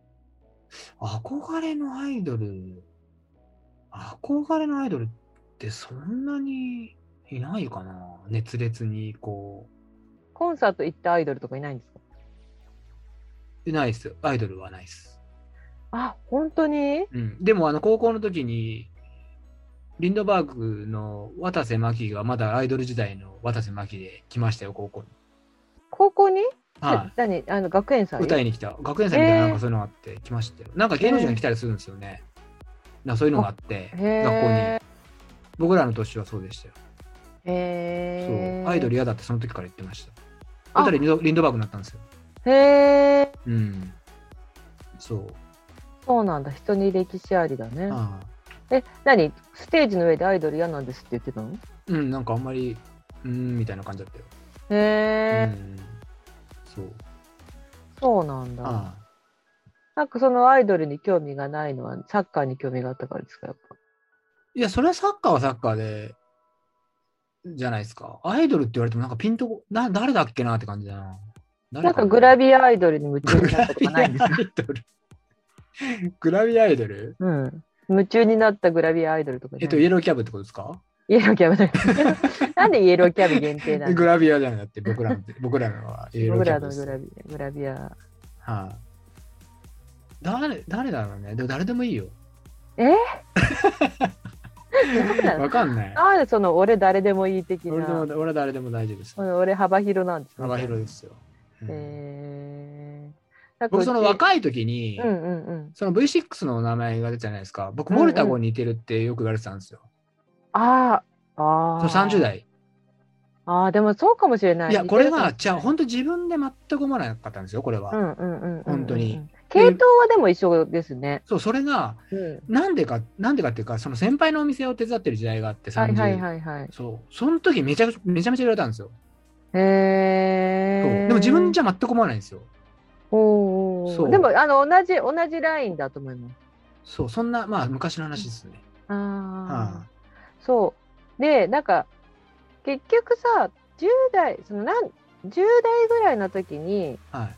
憧れのアイドル憧れのアイドルってそんなにいないかな。熱烈にこうコンサート行ったアイドルとかいないんですか？ いないです。アイドルはないです。 あ、本当に？ うん、でもあの高校の時にリンドバーグの渡瀬真希がまだアイドル時代の渡瀬真希で来ましたよ、高校に。 高校に？ はい、 何あの学園祭？ 歌いに来た。学園祭みたいななんかそういうのがあって来ましたよ。なんか芸能人が来たりするんですよね。なんかそういうのがあって学校に。僕らの年はそうでしたよ。へそうアイドル嫌だってその時から言ってました。そしたらリンド、リンドバーグになったんですよ。 へえ。 うん。そう。 そうなんだ、人に歴史ありだね。ああえ、何ステージの上でアイドル嫌なんですって言ってたの？ うん、なんかあんまりうーんみたいな感じだったよ。 へえ、うん、 そうそうなんだ。ああなんかそのアイドルに興味がないのはサッカーに興味があったからですか？やっぱいや、それはサッカーはサッカーでじゃないですか。アイドルって言われてもなんかピンとな誰だっけなって感じだな。 誰なんかグラビアアイドルに夢中になったとかないんですか？ グラビアアイドル？ うん。夢中になったグラビアアイドルとか。 えっと、イエローキャブってことですか？ イエローキャブだなんでイエローキャブ限定なの？ グラビアじゃなくて、僕らの、僕らのはイエローキャブです。僕らのグラビア。グラビア。はあ、 誰誰だろうね。でも誰でもいいよ。 えわかんない。 ああ、その俺誰でもいい的な。 俺でも俺は誰でも大丈夫です。 俺幅広なんです、 ね。幅広ですよ。 うん、えー、僕その若い時に、 うんうんうん、 その ブイシックス の名前が出たじゃないですか。僕、モルタゴに似てるってよく言われてたんですよ。 うんうん、ああ、ああ。 さんじゅう代。 ああ、でもそうかもしれない。 いや、これが、じゃあ本当自分で全く思わなかったんですよ、これは。 うんうんうん、うん。 本当に。 系統はでも一緒ですね。 そう、それが、なんでか、なんでかっていうか、その先輩のお店を手伝ってる時代があって、さんじゅう、 はいはいはいはい。 そう、その時めちゃめちゃめちゃ言われたんですよ。 へえ。 でも自分じゃ全く思わないんですよ。 おお。でもあの同じ同じラインだと思います。 そう、そんなまあ昔の話ですね。 ああ、はあ。そうでなんか結局さじゅう代そのなんじゅう代ぐらいの時に、 はい、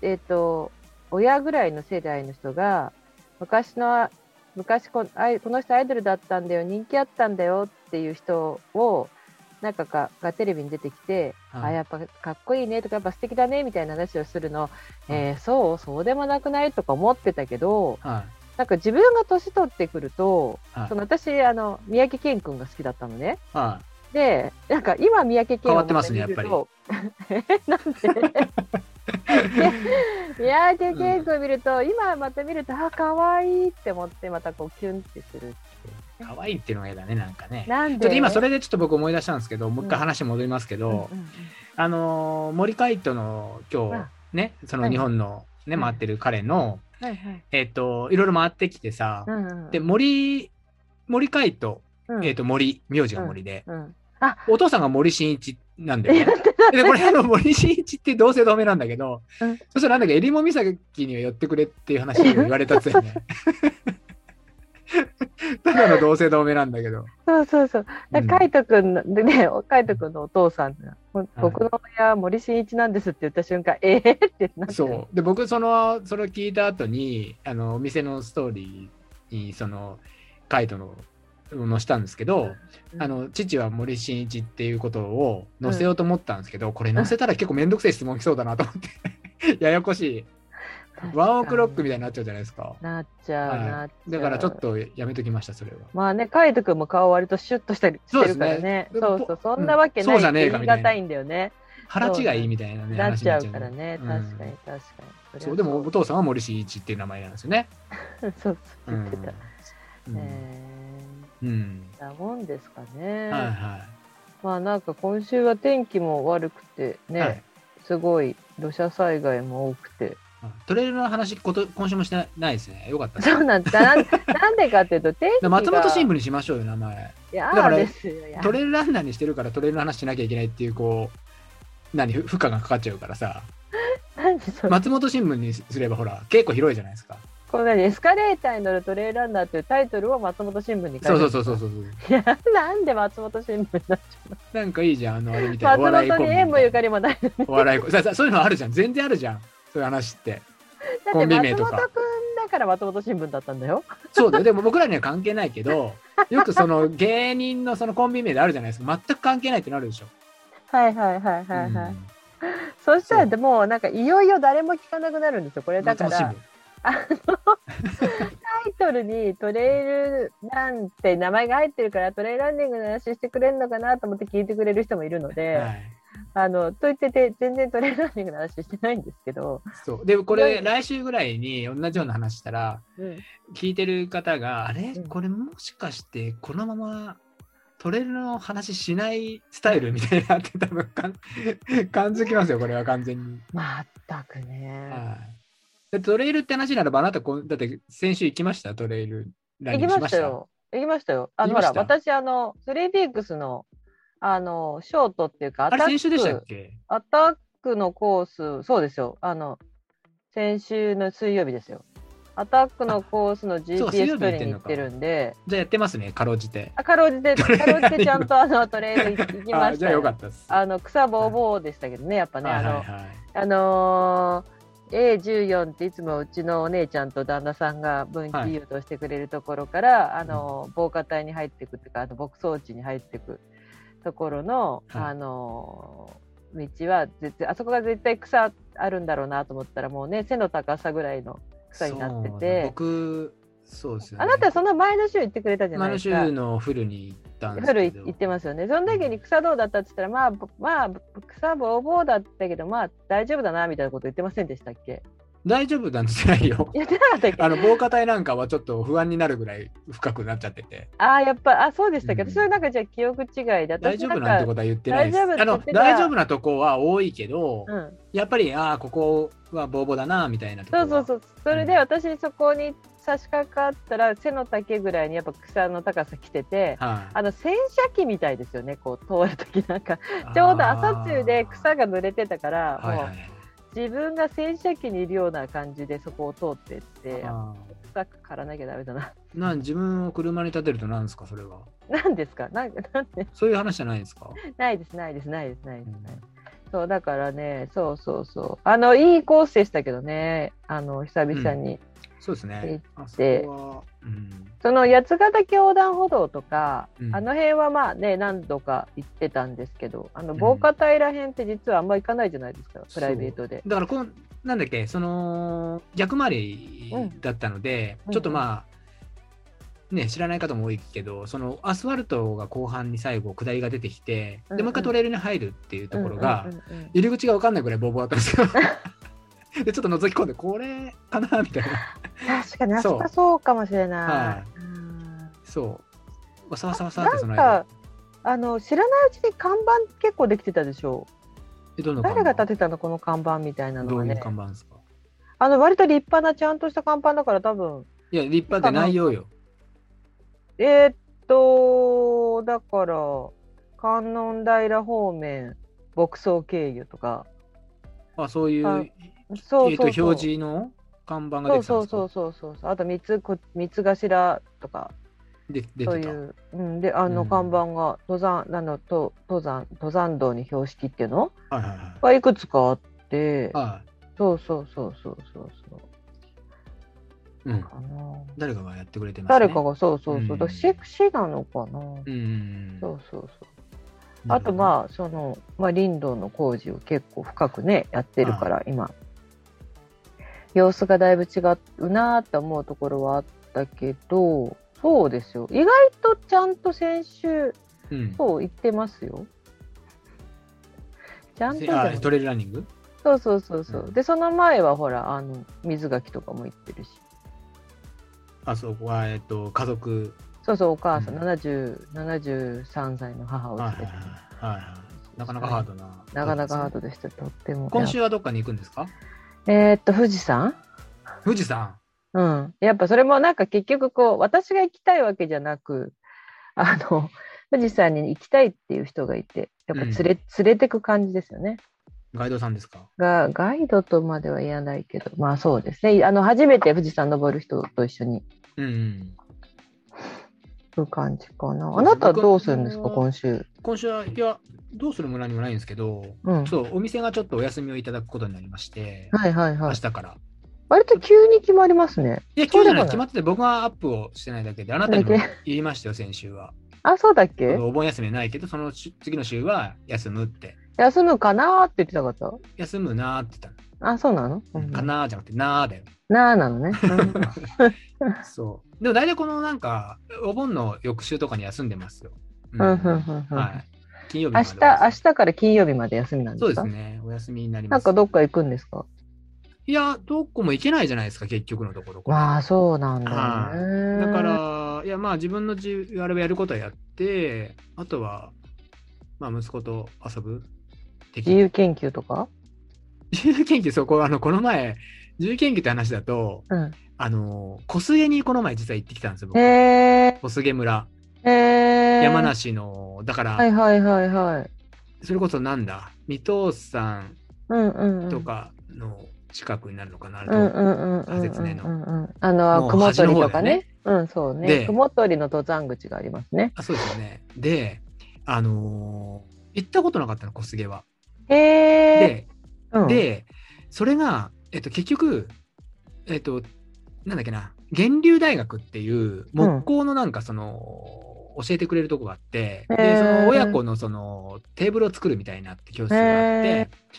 えっと親ぐらいの世代の人が昔の昔こあこの人アイドルだったんだよ人気あったんだよっていう人をなんかががテレビに出てきて、はい、あやっぱかっこいいねとかやっぱ素敵だねみたいな話をするの、はい、えー、そうそうでもなくないとか思ってたけど、はい、なんか自分が年取ってくると、はい、その私あの三宅健君が好きだったのね、はい、でなんか今三宅健変わってますねやっぱりなんで三宅健君見ると、うん、今また見るとあ可愛いって思ってまたこうキュンってする。 可愛いっていうのが嫌だねなんかね。なんでちょっと今それでちょっと僕思い出したんですけど、もう一回話戻りますけど、うんうんうんうん、あのー、森海斗の今日ね、その日本のね、はい、回ってる彼の、はいはい、えっ、ー、といろいろ回ってきてさ、うんうん、で森森海斗、うん、えっ、ー、と森名字が森で、うんうん、あお父さんが森進一なんだよね。でこれあの森進一って同姓同名なんだけど、うん、そしたらなんだっけえりも岬には寄ってくれっていう話を言われたっつよね。ただの同姓同名なんだけど。 そうそうそう。海斗くんでね、海斗くんのお父さんが、うん、僕の親森進一なんですって言った瞬間、ええー、ってなって。 そう。で僕そのそれを聞いた後にあのお店のストーリーにその海斗の載せたんですけど、うん、あの父は森進一っていうことを載せようと思ったんですけど、うん、これ載せたら結構めんどくせえ質問来そうだなと思ってややこしい。ワンオクロックみたいになっちゃうじゃないですか。 なっちゃう、はい、なっちゃう。 だからちょっとやめときましたそれは。 まあね、海斗くんも顔割とシュッとしたりしてるからね。そうそうそう、そんなわけないって言い難いんだよね。 腹違いみたいなね。 なっちゃうからね。確かに確かに。 そうでもお父さんは森進一っていう名前なんですよね。 そうそう言ってた。うん。なもんですかね。はいはい。まあなんか今週は天気も悪くてね、すごい土砂災害も多くて。 トレイルの話こと今週もしてないですね。よかった。 そうなんだ。なんでかっていうと天気が松本新聞にしましょうよ名前。 いやだからですよトレイルランナーにしてるからトレイルの話しなきゃいけないっていうこう何負荷がかかっちゃうからさ。 何それ。 松本新聞にすればほら結構広いじゃないですか。 このエスカレーターに乗るトレイルランナーというタイトルを松本新聞に書いてる。そうそうそうそうそう。 いやなんで松本新聞になっちゃうの。なんかいいじゃんあのあれみたいな。 松本に縁もゆかりもないのに。 お笑いコンビ。そういうのあるじゃん全然あるじゃんそういう話って。 だって松本くんだから松本新聞だったんだよ。 そうだよ。でも僕らには関係ないけど、よくその芸人のそのコンビ名であるじゃないですか。全く関係ないってなるでしょ。 はいはいはいはいはい。うん、そしたらでもなんかいよいよ誰も聞かなくなるんですよ。これだからあのタイトルにトレイルなんて名前が入ってるからトレイルランニングの話してくれるのかなと思って聞いてくれる人もいるので。はい、あのと言ってて全然トレーランニングの話してないんですけどそうでもこれ来週ぐらいに同じような話したら、うん、聞いてる方があれ、うん、これもしかしてこのままトレイルの話しないスタイルみたいになって多分感づきますよこれは完全にまったくね、 はい、でトレイルって話ならばあなたこだって先週行きましたトレイルランニングしましたよ行きましたよあのほら私あのスリーピークスのあのショートっていうかアタック、 先週でしたっけ？ アタックのコース、そうですよ。あの先週の水曜日ですよ。アタックのコースの ジーピーエス 取りに行ってるんで。 じゃあやってますね、かろうじて。 あ、かろうじて、かろうじてちゃんとあのトレイル行きました。 じゃあよかったです。 あの草ぼうぼうでしたけどね、やっぱね、あの、はいはいはい、あのー、エーじゅうよん っていつもうちのお姉ちゃんと旦那さんが分岐誘導してくれるところから、はい、あの防火帯に入っていくっていうか、あの牧草地に入っていく。ところの、はい、あの道は絶あそこが絶対草あるんだろうなと思ったらもうね背の高さぐらいの草になってて。 僕、そうですよね。 あなたその前の週行ってくれたじゃないですか。 前の週のフルに行ったんですけど。 フル行ってますよね。その時に草どうだったって言ったら、まあ、まあ、草ぼうぼうだったけど、まあ大丈夫だなみたいなこと言ってませんでしたっけ？ 大丈夫なんてないよ。 言ってなかったっけ？ あの防火帯なんかはちょっと不安になるぐらい深くなっちゃってて。 ああ、やっぱ、あ、そうでしたけど、 うん、 それなんかじゃあ記憶違いで。 大丈夫なんてことは言ってないです。 大丈夫あの大丈夫なとこは多いけど、うん、やっぱり、ああ、ここはボーボーだなみたいなところは。 そうそうそう。それで私そこに差し掛かったら、背の丈ぐらいにやっぱ草の高さ来てて、はい、あの洗車機みたいですよね、こう通るときなんか、ちょうど朝露で草が濡れてたから、もう、はいはい、自分が洗車機にいるような感じでそこを通ってって、臭く刈らなきゃダメだな。 なん自分を車に立てると何ですか、それは。 何ですか、なんかなんでそういう話じゃないですか。 ないです、ないです、ないです、ないです。うん、そうだからね、そうそうそう。あの、いいコースでしたけどね、あの、久々に。うん、 そうですね。 行って、そ, うん、その八ヶ岳横断歩道とか、うん、あの辺はまあね、何度か行ってたんですけど、あの防火帯ら辺って実はあんま行かないじゃないですか、うん、プライベートで。 だからこう、なんだっけ、その逆回りだったので、うん、ちょっとまあ、ね、知らない方も多いけど、そのアスファルトが後半に最後下りが出てきて、うんうん、でもう一回トレイルに入るっていうところが、うんうんうんうん、入り口が分かんないぐらいボーボーだったんですよ。でちょっと覗き込んで、これかなみたいな。 確かにあそこそうかもしれない。はい、 うん、そうわさわさわさってその間なんかあの知らないうちに看板結構できてたでしょ。 え、どの誰が立てたのこの看板みたいなのはね。 どういう看板ですか？ あの割と立派なちゃんとした看板だから多分。 いや立派で内容よ。 えー、っとだから観音平方面牧草経由とか。 あ、そういう。 そうそうそう、 えー、と表示の看板が出てたんですか？ そうそうそうそう、あと三つこ三つ頭とかで出てた。 そういう、うん、であの看板が登山、うん、あのと登山登山道に標識っていうの、 はいはいはい、 がいくつかあって、 はい、 そうそうそうそうそうそう。 うん、かな誰かがやってくれてますね。 誰かがそうそうそう、うん、市なのかな、 うん、 そうそうそう。あとまあその、まあ、林道の工事を結構深くねやってるから今様子がだいぶ違うなって思うところはあったけど、そうですよ、意外とちゃんと先週、うん、そう言ってますよ。ちゃんとじゃトレイルランニング、 そうそうそうそう、うん、でその前はほらあの水垣とかも行ってるし、 あそこはえっと家族、 そうそう、お母さん、うん、ななじゅう、ななじゅうさんさいの母を連れて、はいはいはい、なかなかハードな、 なかなかハードでした。とっても。 今週はどっかに行くんですか？ えー、っと富士山。 富士山。 うん。やっぱそれもなんか結局こう私が行きたいわけじゃなく、あの富士山に行きたいっていう人がいて、やっぱ連れ、うん、連れてく感じですよね。 ガイドさんですか？ がガイドとまでは言わないけど、まあそうですね。あの初めて富士山登る人と一緒に。うん、うんいう感じかな。あなたはどうするんですか今週？ 今週はいやどうするも何もないんですけど、うん、そうお店がちょっとお休みをいただくことになりまして、 はいはいはい、 明日から。 割と急に決まりますね。 いや急じゃない、決まってて僕がアップをしてないだけで、あなたにも言いましたよ先週は。 あ、そうだっけ？ お盆休みないけどその次の週は休むって。 休むかなーって言ってなかった？ 休むなーって言ったの。あ、そうなの？ うん、かなーじゃなくてなーだよ。 なーなのね。 そう。でも大体このなんかお盆の翌週とかに休んでますよ。 うんうんうんうん、 はい。金曜日まで。 明日明日から金曜日まで休みなんですか？ そうですね。お休みになります。 なんかどっか行くんですか？ いやどこも行けないじゃないですか結局のところ。 まあそうなんだよね。 だからいやまあ自分の自あれをやることはやって、あとはまあ息子と遊ぶ。 自由研究とか？ 自由研究、そうこうあのこの前自由研究って話だと、うん、あの小菅にこの前実は行ってきたんですよ僕。 へー、 小菅村、 へー、 山梨のだから、 はいはいはいはい、 それこそなんだ水戸山とかの近くになるのかな、仮説ねのあの雲取とかね、うんそうね、雲取の登山口がありますね。 あそうですよね。であのー、行ったことなかったの小菅は。 へー、 でうん、でそれが、えっと、結局、えっと、なんだっけな、源流大学っていう木工のなんかその、うん、教えてくれるとこがあって、でその親子のそのテーブルを作るみたいなって教室があって、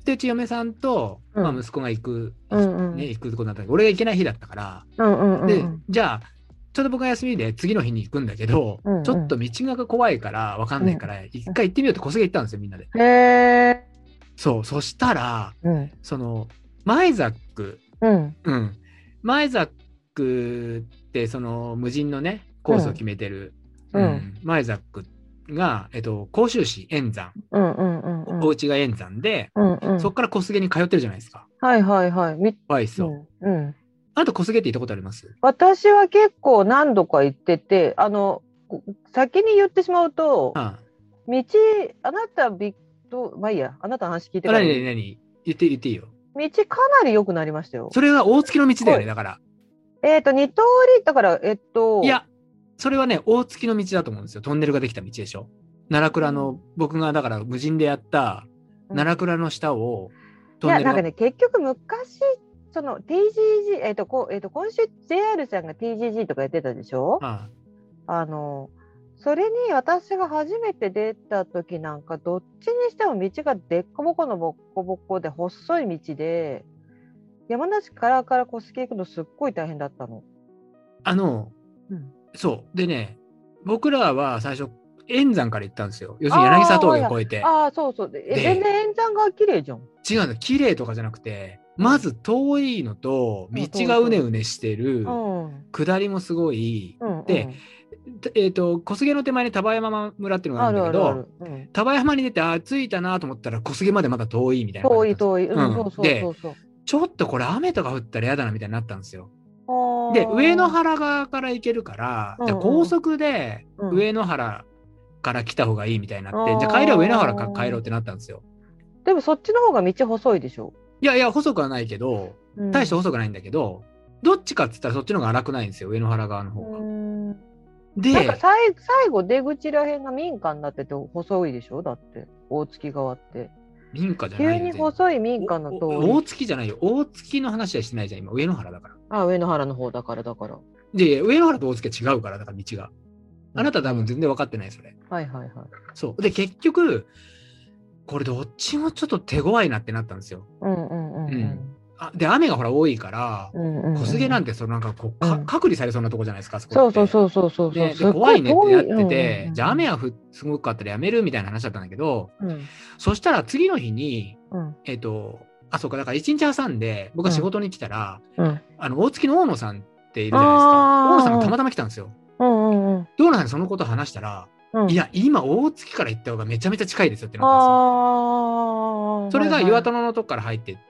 でうち嫁さんと、 うんまあ、息子が行く、 うんうんね、行くことになったけど、俺が行けない日だったから、 うんうんうん、 でじゃあちょうど僕が休みで次の日に行くんだけど、 うんうん、 ちょっと道が怖いから分かんないから、うん、一回行ってみようって小菅行ったんですよ、みんなで。 へー。 そう、そしたら、 うん、 そのマイザック、 うんうん、マイザックってその無人のねコースを決めてる、 うんうん、マイザックが、えっと、甲州市円山、 うんうんうんうん、 お家が円山で、 うんうん、 そこから小菅に通ってるじゃないですか。 はいはいはい。みはい、そう。 うんうん、 あなた小菅って行ったことあります？ 私は結構何度か行ってて、あの先に言ってしまうと、 ああ、 道、あなたビット、まあいいや、あなたの話聞いてかあ、 らいい。 何何何言って言っていいよ。 道かなり良くなりましたよ。 それは大月の道だよね、だから。 えっと、二通り、だから、えっと。 いや、それはね、大月の道だと思うんですよ。トンネルができた道でしょ。奈良倉の、僕がだから無人でやった奈良倉の下をトンネルが、いや、なんかね、結局昔、その ティージージー、えっと、こうえっと、今週 ジェイアール さんが ティージージー とかやってたでしょ。ああ、あの、それに私が初めて出た時なんか、どっちにしても道がでっこぼこのぼっこぼこで、細い道で、山梨からから小菅行くのすっごい大変だったの。 あの、うん、そうでね、僕らは最初円山から行ったんですよ。要するに柳沢峠を越えて。 ああ、そうそう。で全然円山が綺麗じゃん。 違うの、綺麗とかじゃなくて、まず遠いのと、道がうねうねしてる、うん、下りもすごい、うんうん、で、えーと、小菅の手前に丹波山村っていうのがあるんだけど、丹波山に出て、あ、着いたなと思ったら小菅までまだ遠いみたいな感じ。遠い遠い。うん、そうそうそうそう。ちょっとこれ雨とか降ったら嫌だなみたいになったんですよ。で、上野原側から行けるから、うんうん、じゃあ高速で上野原から来た方がいいみたいになって、うん、じゃあ帰りは上野原から帰ろうってなったんですよ。 でもそっちの方が道細いでしょ？ いやいや、細くはないけど、大して細くないんだけど、うん、どっちかって言ったらそっちの方が荒くないんですよ、上野原側の方が。 で、なんか最後出口らへんが民家になってて細いでしょ？だって大月側って民家じゃないよ。 急に細い民家の通り。 大月じゃないよ。大月の話はしてないじゃん、今。上野原だから。 あ、上野原の方だからだから。 で、上野原と大月は違うから、だから道が。あなた多分全然分かってない、それ。 はいはいはい。 そう。で、結局、これどっちもちょっと手強いなってなったんですよ。うんうんうん、うん。うんあで雨がほら多いから、うんうんうん、小菅なんてそのなんかこうか、うん、隔離されそうなとこじゃないですか、そこって。そうそうそうそうそう。で怖いねってなってて、うんうん、じゃあ雨がすごかったらやめるみたいな話だったんだけど、うん、そしたら次の日に、うん、えっと、あ、そうか、だから一日挟んで、僕が仕事に来たら、うん、あの大月の大野さんっているじゃないですか。大野さんがたまたま来たんですよ。うんうんうん、で、大野さんにそのことを話したら、うん、いや、今、大月から行った方がめちゃめちゃ近いですよってなったんですよ。それが岩戸野のとこから入ってって、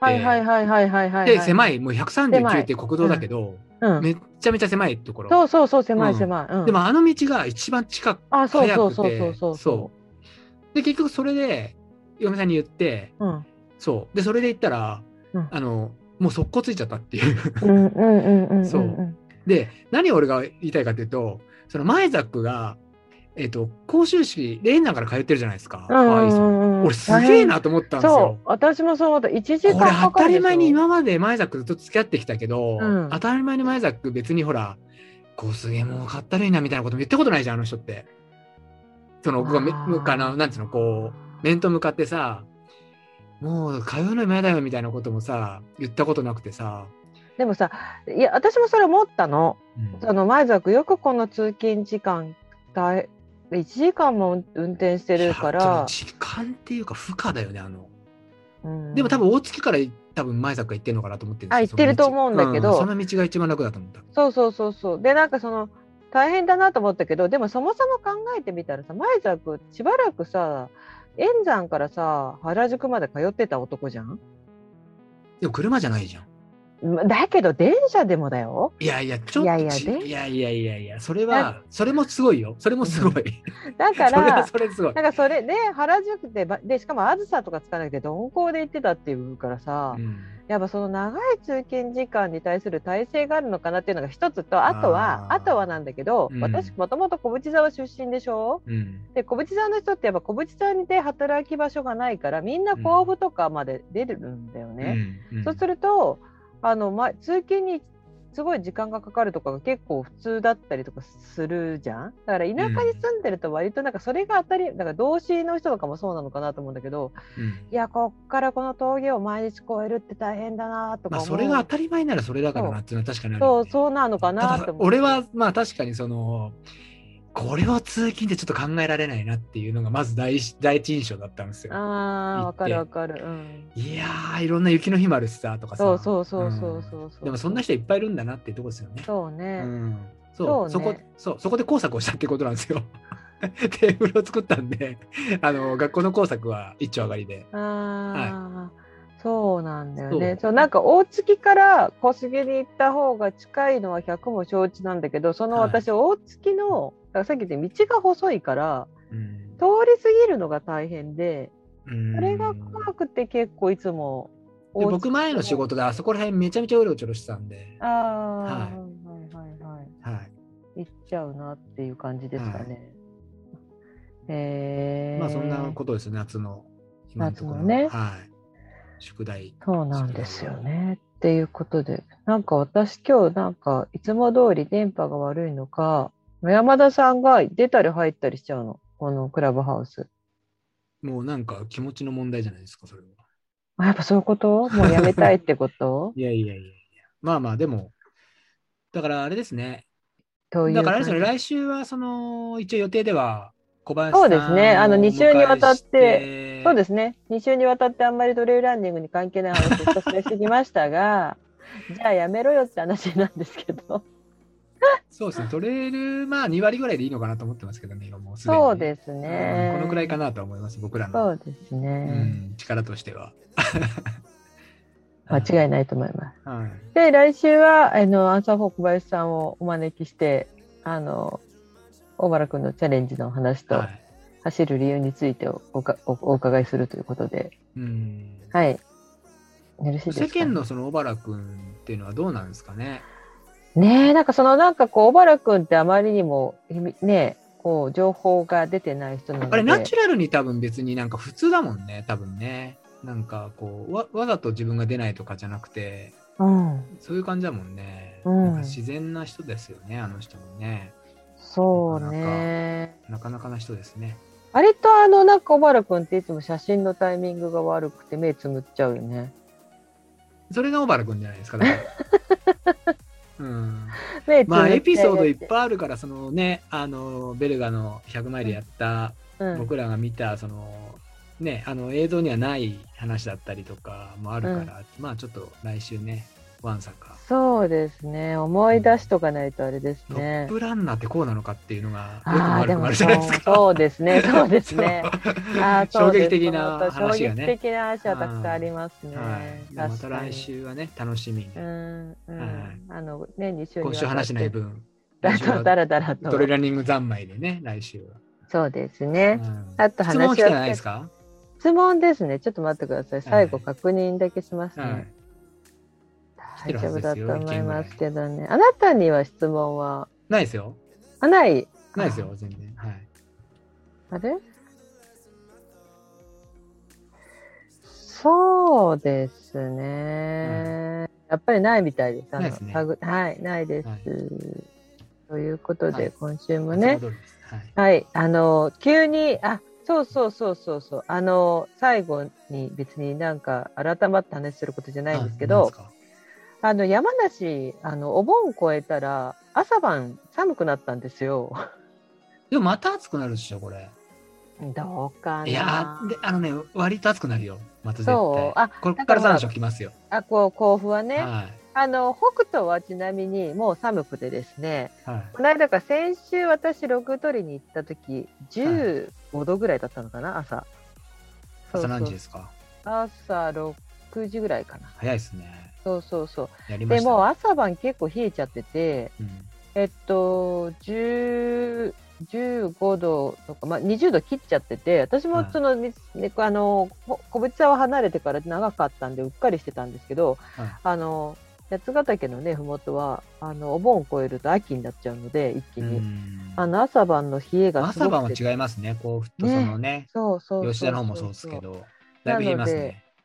で、狭い、もうひゃくさんじゅうきゅうっていう国道だけど、うん、めっちゃめちゃ狭いところ。 そうそうそう、狭い狭い。 うん、でも、あの道が一番近くて、あ、そうそうそうそうそう。そうで、結局それで、嫁さんに言って、うん、そう。で、それで言ったら、うん、あの、もう速攻ついちゃったっていう。そう。で、何を俺が言いたいかというと、そのマイザックが、えっと、甲州市、レーンナから通ってるじゃないですか。俺すげえなと思ったんですよ。そう、 私もそう思った。いちじかんこれ当たり前に今までマイザックずっと付き合ってきたけど、うん、当たり前にマイザック別にほら、こうすげえもうかったるいなみたいなことも言ったことないじゃん、あの人って。その、僕がめ、かな、なんつうの、こう、面と向かってさ、もう通うの嫌だよみたいなこともさ、言ったことなくてさ。 でもさ、いや、私もそれ思ったの。うん、そのマイザックよくこの通勤時間、大いちじかんも運転してるから。 時間っていうか負荷だよね、あの。うん、でも多分大月から多分前坂行ってるのかなと思ってるんですよ。 あ、行ってると思うんだけど、 うん、その道が一番楽だと思った。 そうそうそうそう。で、なんかその大変だなと思ったけど、でもそもそも考えてみたらさ、前坂しばらくさ、円山からさ、原宿まで通ってた男じゃん。 でも車じゃないじゃん。 だけど電車でもだよ。 いやいや、ちょっといやいやいやいやいやいや、それはそれもすごいよ。それもすごい。 だからそれそれすごい。 なんかそれで原宿ででしかもあずさとかつかなくて鈍行で行ってたっていうからさ、うん、やっぱその長い通勤時間に対する体制があるのかなっていうのが一つと、あとはあとはなんだけど、うん、私もともと小淵沢出身でしょ。うん、で小淵沢の人ってやっぱ小淵沢にで働き場所がないからみんな甲府とかまで出るんだよね。うんうん、そうするとあの、ま、通勤にすごい時間がかかるとかが結構普通だったりとかするじゃん。だから田舎に住んでると割となんかそれが当たり、だから同志の人とかもそうなのかなと思うんだけど、うん、いやこっからこの峠を毎日越えるって大変だなとか思う。まあそれが当たり前ならそれだからなっていうのは確かにあるよね。 そうそうなのかなと思う。 俺はまあ確かにそのこれを通勤でちょっと考えられないなっていうのがまず 第, 第一印象だったんですよ。 ああ、わかるわかる、うん、 いやーいろんな雪の日もあるしさとかさ。 そうそうそうそうそう、うん、 でもそんな人いっぱいいるんだなっていうところですよね。 そうね、うん、 そう、そうね、そこそうそこで工作をしたってことなんですよ。テーブルを作ったんであの学校の工作は一丁上がりで。 ああ、はい、そうなんだよね。そう、なんか大月から小菅に行った方が近いのはひゃくも承知なんだけど、その私、はい、大月のさっき言った道が細いから、うん、通り過ぎるのが大変で、うん、それが怖くて結構いつもで僕前の仕事であそこら辺めちゃめちゃうろちょろしてたんで、 ああ、はい、はいはいはいはい行っちゃうなっていう感じですかね。はい、えー、 まあそんなことですよ、夏の今のところのね、 はい、宿題。 そうなんですよね。っていうことで、なんか私今日なんかいつも通り電波が悪いのか、山田さんが出たり入ったりしちゃうの、このクラブハウス。 もうなんか気持ちの問題じゃないですか、それは。 あ、やっぱそういうこと？もうやめたいってこと？ いやいやいやいや。まあまあでも、だからあれですね。だからあれですよね、来週はその一応予定では小林さんをそうですね、あのに週にわたって、そうですね、に週にわたってあんまりトレイルランニングに関係ない話をひたすらしてきましたが、じゃあやめろよって話なんですけど。 そうですね、トレイル、まあに割ぐらいでいいのかなと思ってますけどね、今もうすでに。 そうですね、 うん。このくらいかなと思います、僕らの。 そうですね。うん、 力としては。 間違いないと思います。 はい、 で、来週はあのアンサーフォー小林さんをお招きして、あの大原君のチャレンジの話と、はい、走る理由について お, お, お, お伺いするということで、うん、はい、よろしいですか、ね。 世間のその小原君っていうのはどうなんですかね。 ねえ、なんかそのなんかこう小原君ってあまりにもねこう情報が出てない人なので、 あれナチュラルに多分別になんか普通だもんね、多分ね。なんかこう わ, わざと自分が出ないとかじゃなくて、うん、そういう感じだもんね、うん、なんか自然な人ですよね、あの人もね。 そうね、 なかなかなかな人ですね。 割とあのなんか小原君っていつも写真のタイミングが悪くて目つむっちゃうよね。 それが小原君じゃないですか。だからうん、まあエピソードいっぱいあるから、そのね、あのベルガのひゃくマイルやった、うん、僕らが見たそのね、あの映像にはない話だったりとかもあるから、うん、まあちょっと来週ね、ワンサか。 そうですね、思い出しとかないとあれですね。 トップランナーってこうなのかっていうのがよくも悪くもあるじゃないですか。 そうですね、そうですね。 あ衝撃的な話がね。 衝撃的な話はたくさんありますね。はい、 また来週はね、楽しみに。 うんうん、はい、あのね、に週に今週話しない分、 だらだらと。 トレーランニング三昧でね、来週は。 そうですね。うん、あと話質問来てないですか？ 質問ですね。ちょっと待ってください。最後確認だけしますね。はいはい、大丈夫だと思いますけどね。あなたには質問はないですよ。 あ、ない。 ないですよ、全然。はい。 あれ？そうですね、うん。やっぱりないみたいです。あのないですね。 はい、ないです。はい、ということで、はい、今週もね、 はい、 はい、あの急にあ。そうそうそうそうそう、あの最後に別になんか改まって話することじゃないんですけど、あの山梨あのお盆越えたら朝晩寒くなったんですよ。 でもまた暑くなるでしょこれ。 どうかな。 いやであのね割と暑くなるよまた絶対。そうあここから残暑きますよ。 あこう甲府はね。はいあの北斗はちなみにもう寒くてですね、はい、この間から先週私ログ取りに行った時じゅうごどぐらいだったのかな、朝。 朝何時ですか？ 朝ろくじぐらいかな。 早いですね。 そうそうそう。 やりました。 でもう朝晩結構冷えちゃってて、うん、えっとじゅう、じゅうごどとか、まあ、にじゅうど切っちゃってて、私もその、はいね、あの小淵沢離れてから長かったんでうっかりしてたんですけど、はい、あの八ヶ岳のねふもとはあのお盆を越えると秋になっちゃうので一気にあの朝晩の冷えがすごくて、 朝晩は違いますね。甲府とそのね、ねそうそうそうそう吉田の方もそうですけどだいぶ冷えますね。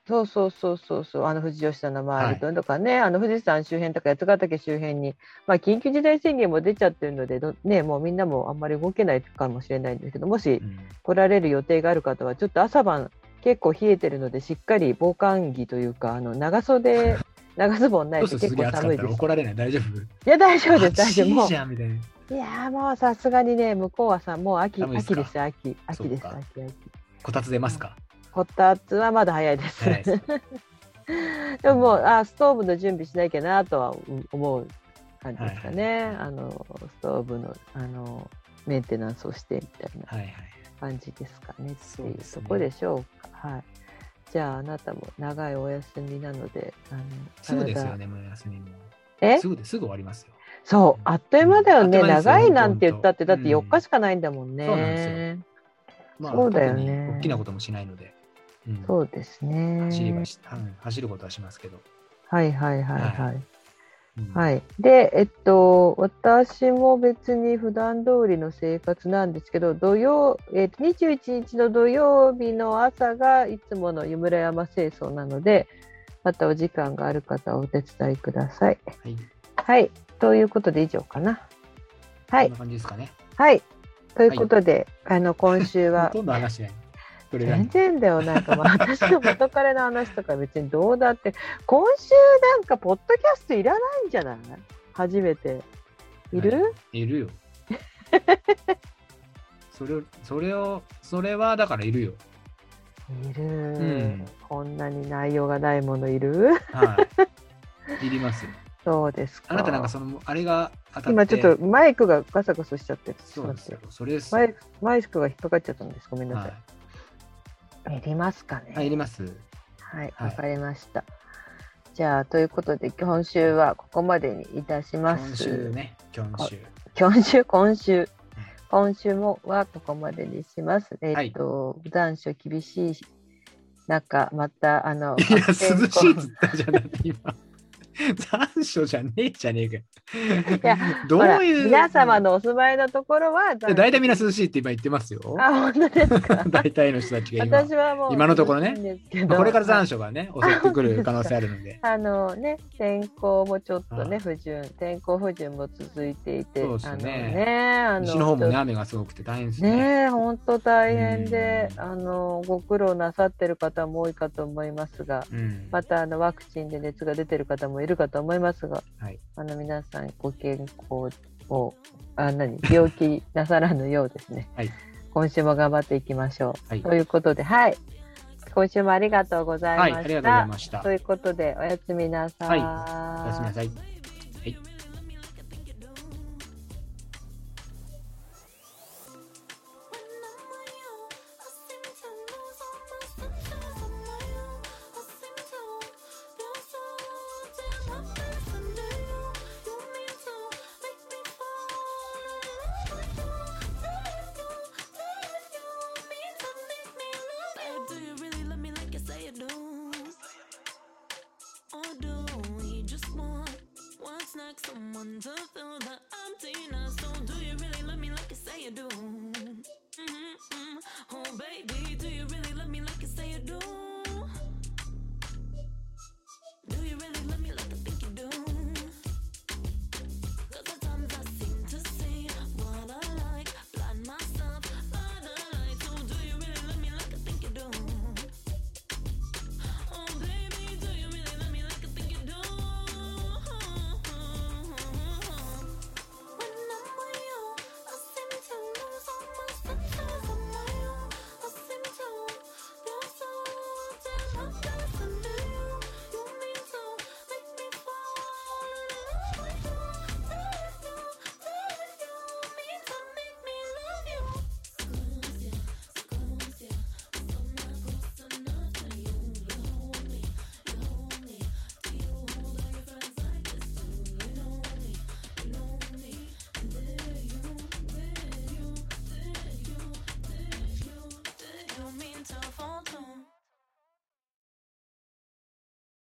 そうそうそうそうそう、あの富士吉田の周りとかね、はい、あの富士山周辺とか八ヶ岳周辺に、まあ、緊急事態宣言も出ちゃってるのでど、ね、もうみんなもあんまり動けないかもしれないんですけど、もし来られる予定がある方はちょっと朝晩結構冷えてるので、しっかり防寒着というか、あの長袖長ズボンないと結構寒いです。 怒られない？大丈夫？いや大丈夫です、大丈夫。もうじゃんみたいな。 いやもうさすがにね、向こうはさもう秋秋ですよ、秋秋です、秋秋。 こたつ出ますか？ こたつはまだ早いです。でももうあストーブの準備しなきゃなとは思う感じですかね。はいはい、あのストーブのあのメンテナンスをしてみたいな感じですかね。っていうとこでしょうか。はい。じゃああなたも長いお休みなので、あのすぐですよね、もう休みも。 え？ すぐですぐ終わりますよ。 そう、あっという間だよね。うん、長いなんて言ったってだってよっかしかないんだもんね。うん、そうなんですよ。 まあ、 そうだよね。 大きなこともしないので。 うん、そうですね。 走りはし、走ることはしますけど。 はいはいはいはい。はい。うん、はい、で、えっと、私も別に普段通りの生活なんですけど、土曜、えっと、にじゅういちにちの土曜日の朝がいつもの湯村山清掃なので、またお時間がある方はお手伝いください。はい。はい。ということで以上かな。はい。 こんな感じですかね。 はい。ということで、はい、あの、今週は。 ほとんど話しない。 全然だよ、なんかもう私の元彼の話とか別にどうだって、今週なんかポッドキャストいらないんじゃない？初めて。いる？ はい、いるよ。それを、それを、それはだからいるよ。 いる、うん、こんなに内容がないものいる？ はい。いりますよ。 そうですか。 あなたなんかその、あれが当たって。 今ちょっとマイクがガサガサしちゃってる。 そうですよ。それですマイ。マイクが引っかかっちゃったんです。ごめんなさい。はい、いりますかね。 はい、いります。 はい、わ、はい、かりました。じゃあ、ということで、今週はここまでにいたします。 今週ね、今週。 今週、今週。今週もはここまでにします。えっ、ー、と、はい、残暑厳しい中、また、あの、 いや、涼しいって言ったじゃなくて、今。残暑じゃねえじゃねえか。 いや、どういう皆様のお住まいのところは大体みんな涼しいって今言ってますよ。 あ、本当ですか。 大体の人たちが今。私はもう今のところね。まあ、これから残暑がね、襲ってくる可能性あるので。 あのね、天候もちょっとね、不順、天候不順も続いていて、 そうですね。 ね、あの西の方もね、雨がすごくて大変ですね。 ね、本当大変で、あのご苦労なさってる方も多いかと思いますが、うん、またあのワクチンで熱が出てる方もいるかと思いますが、はい、あの皆さんご健康をあ何病気なさらぬようですね、はい、今週も頑張っていきましょう、はい、ということで、はい、今週もありがとうございました。はい、ありがとうございました。ということでおやすみなさい。 はい、おやすみなさい。はい。Someone to fill the emptiness. So do you really love me like you say you do? Mm-hmm. Oh baby.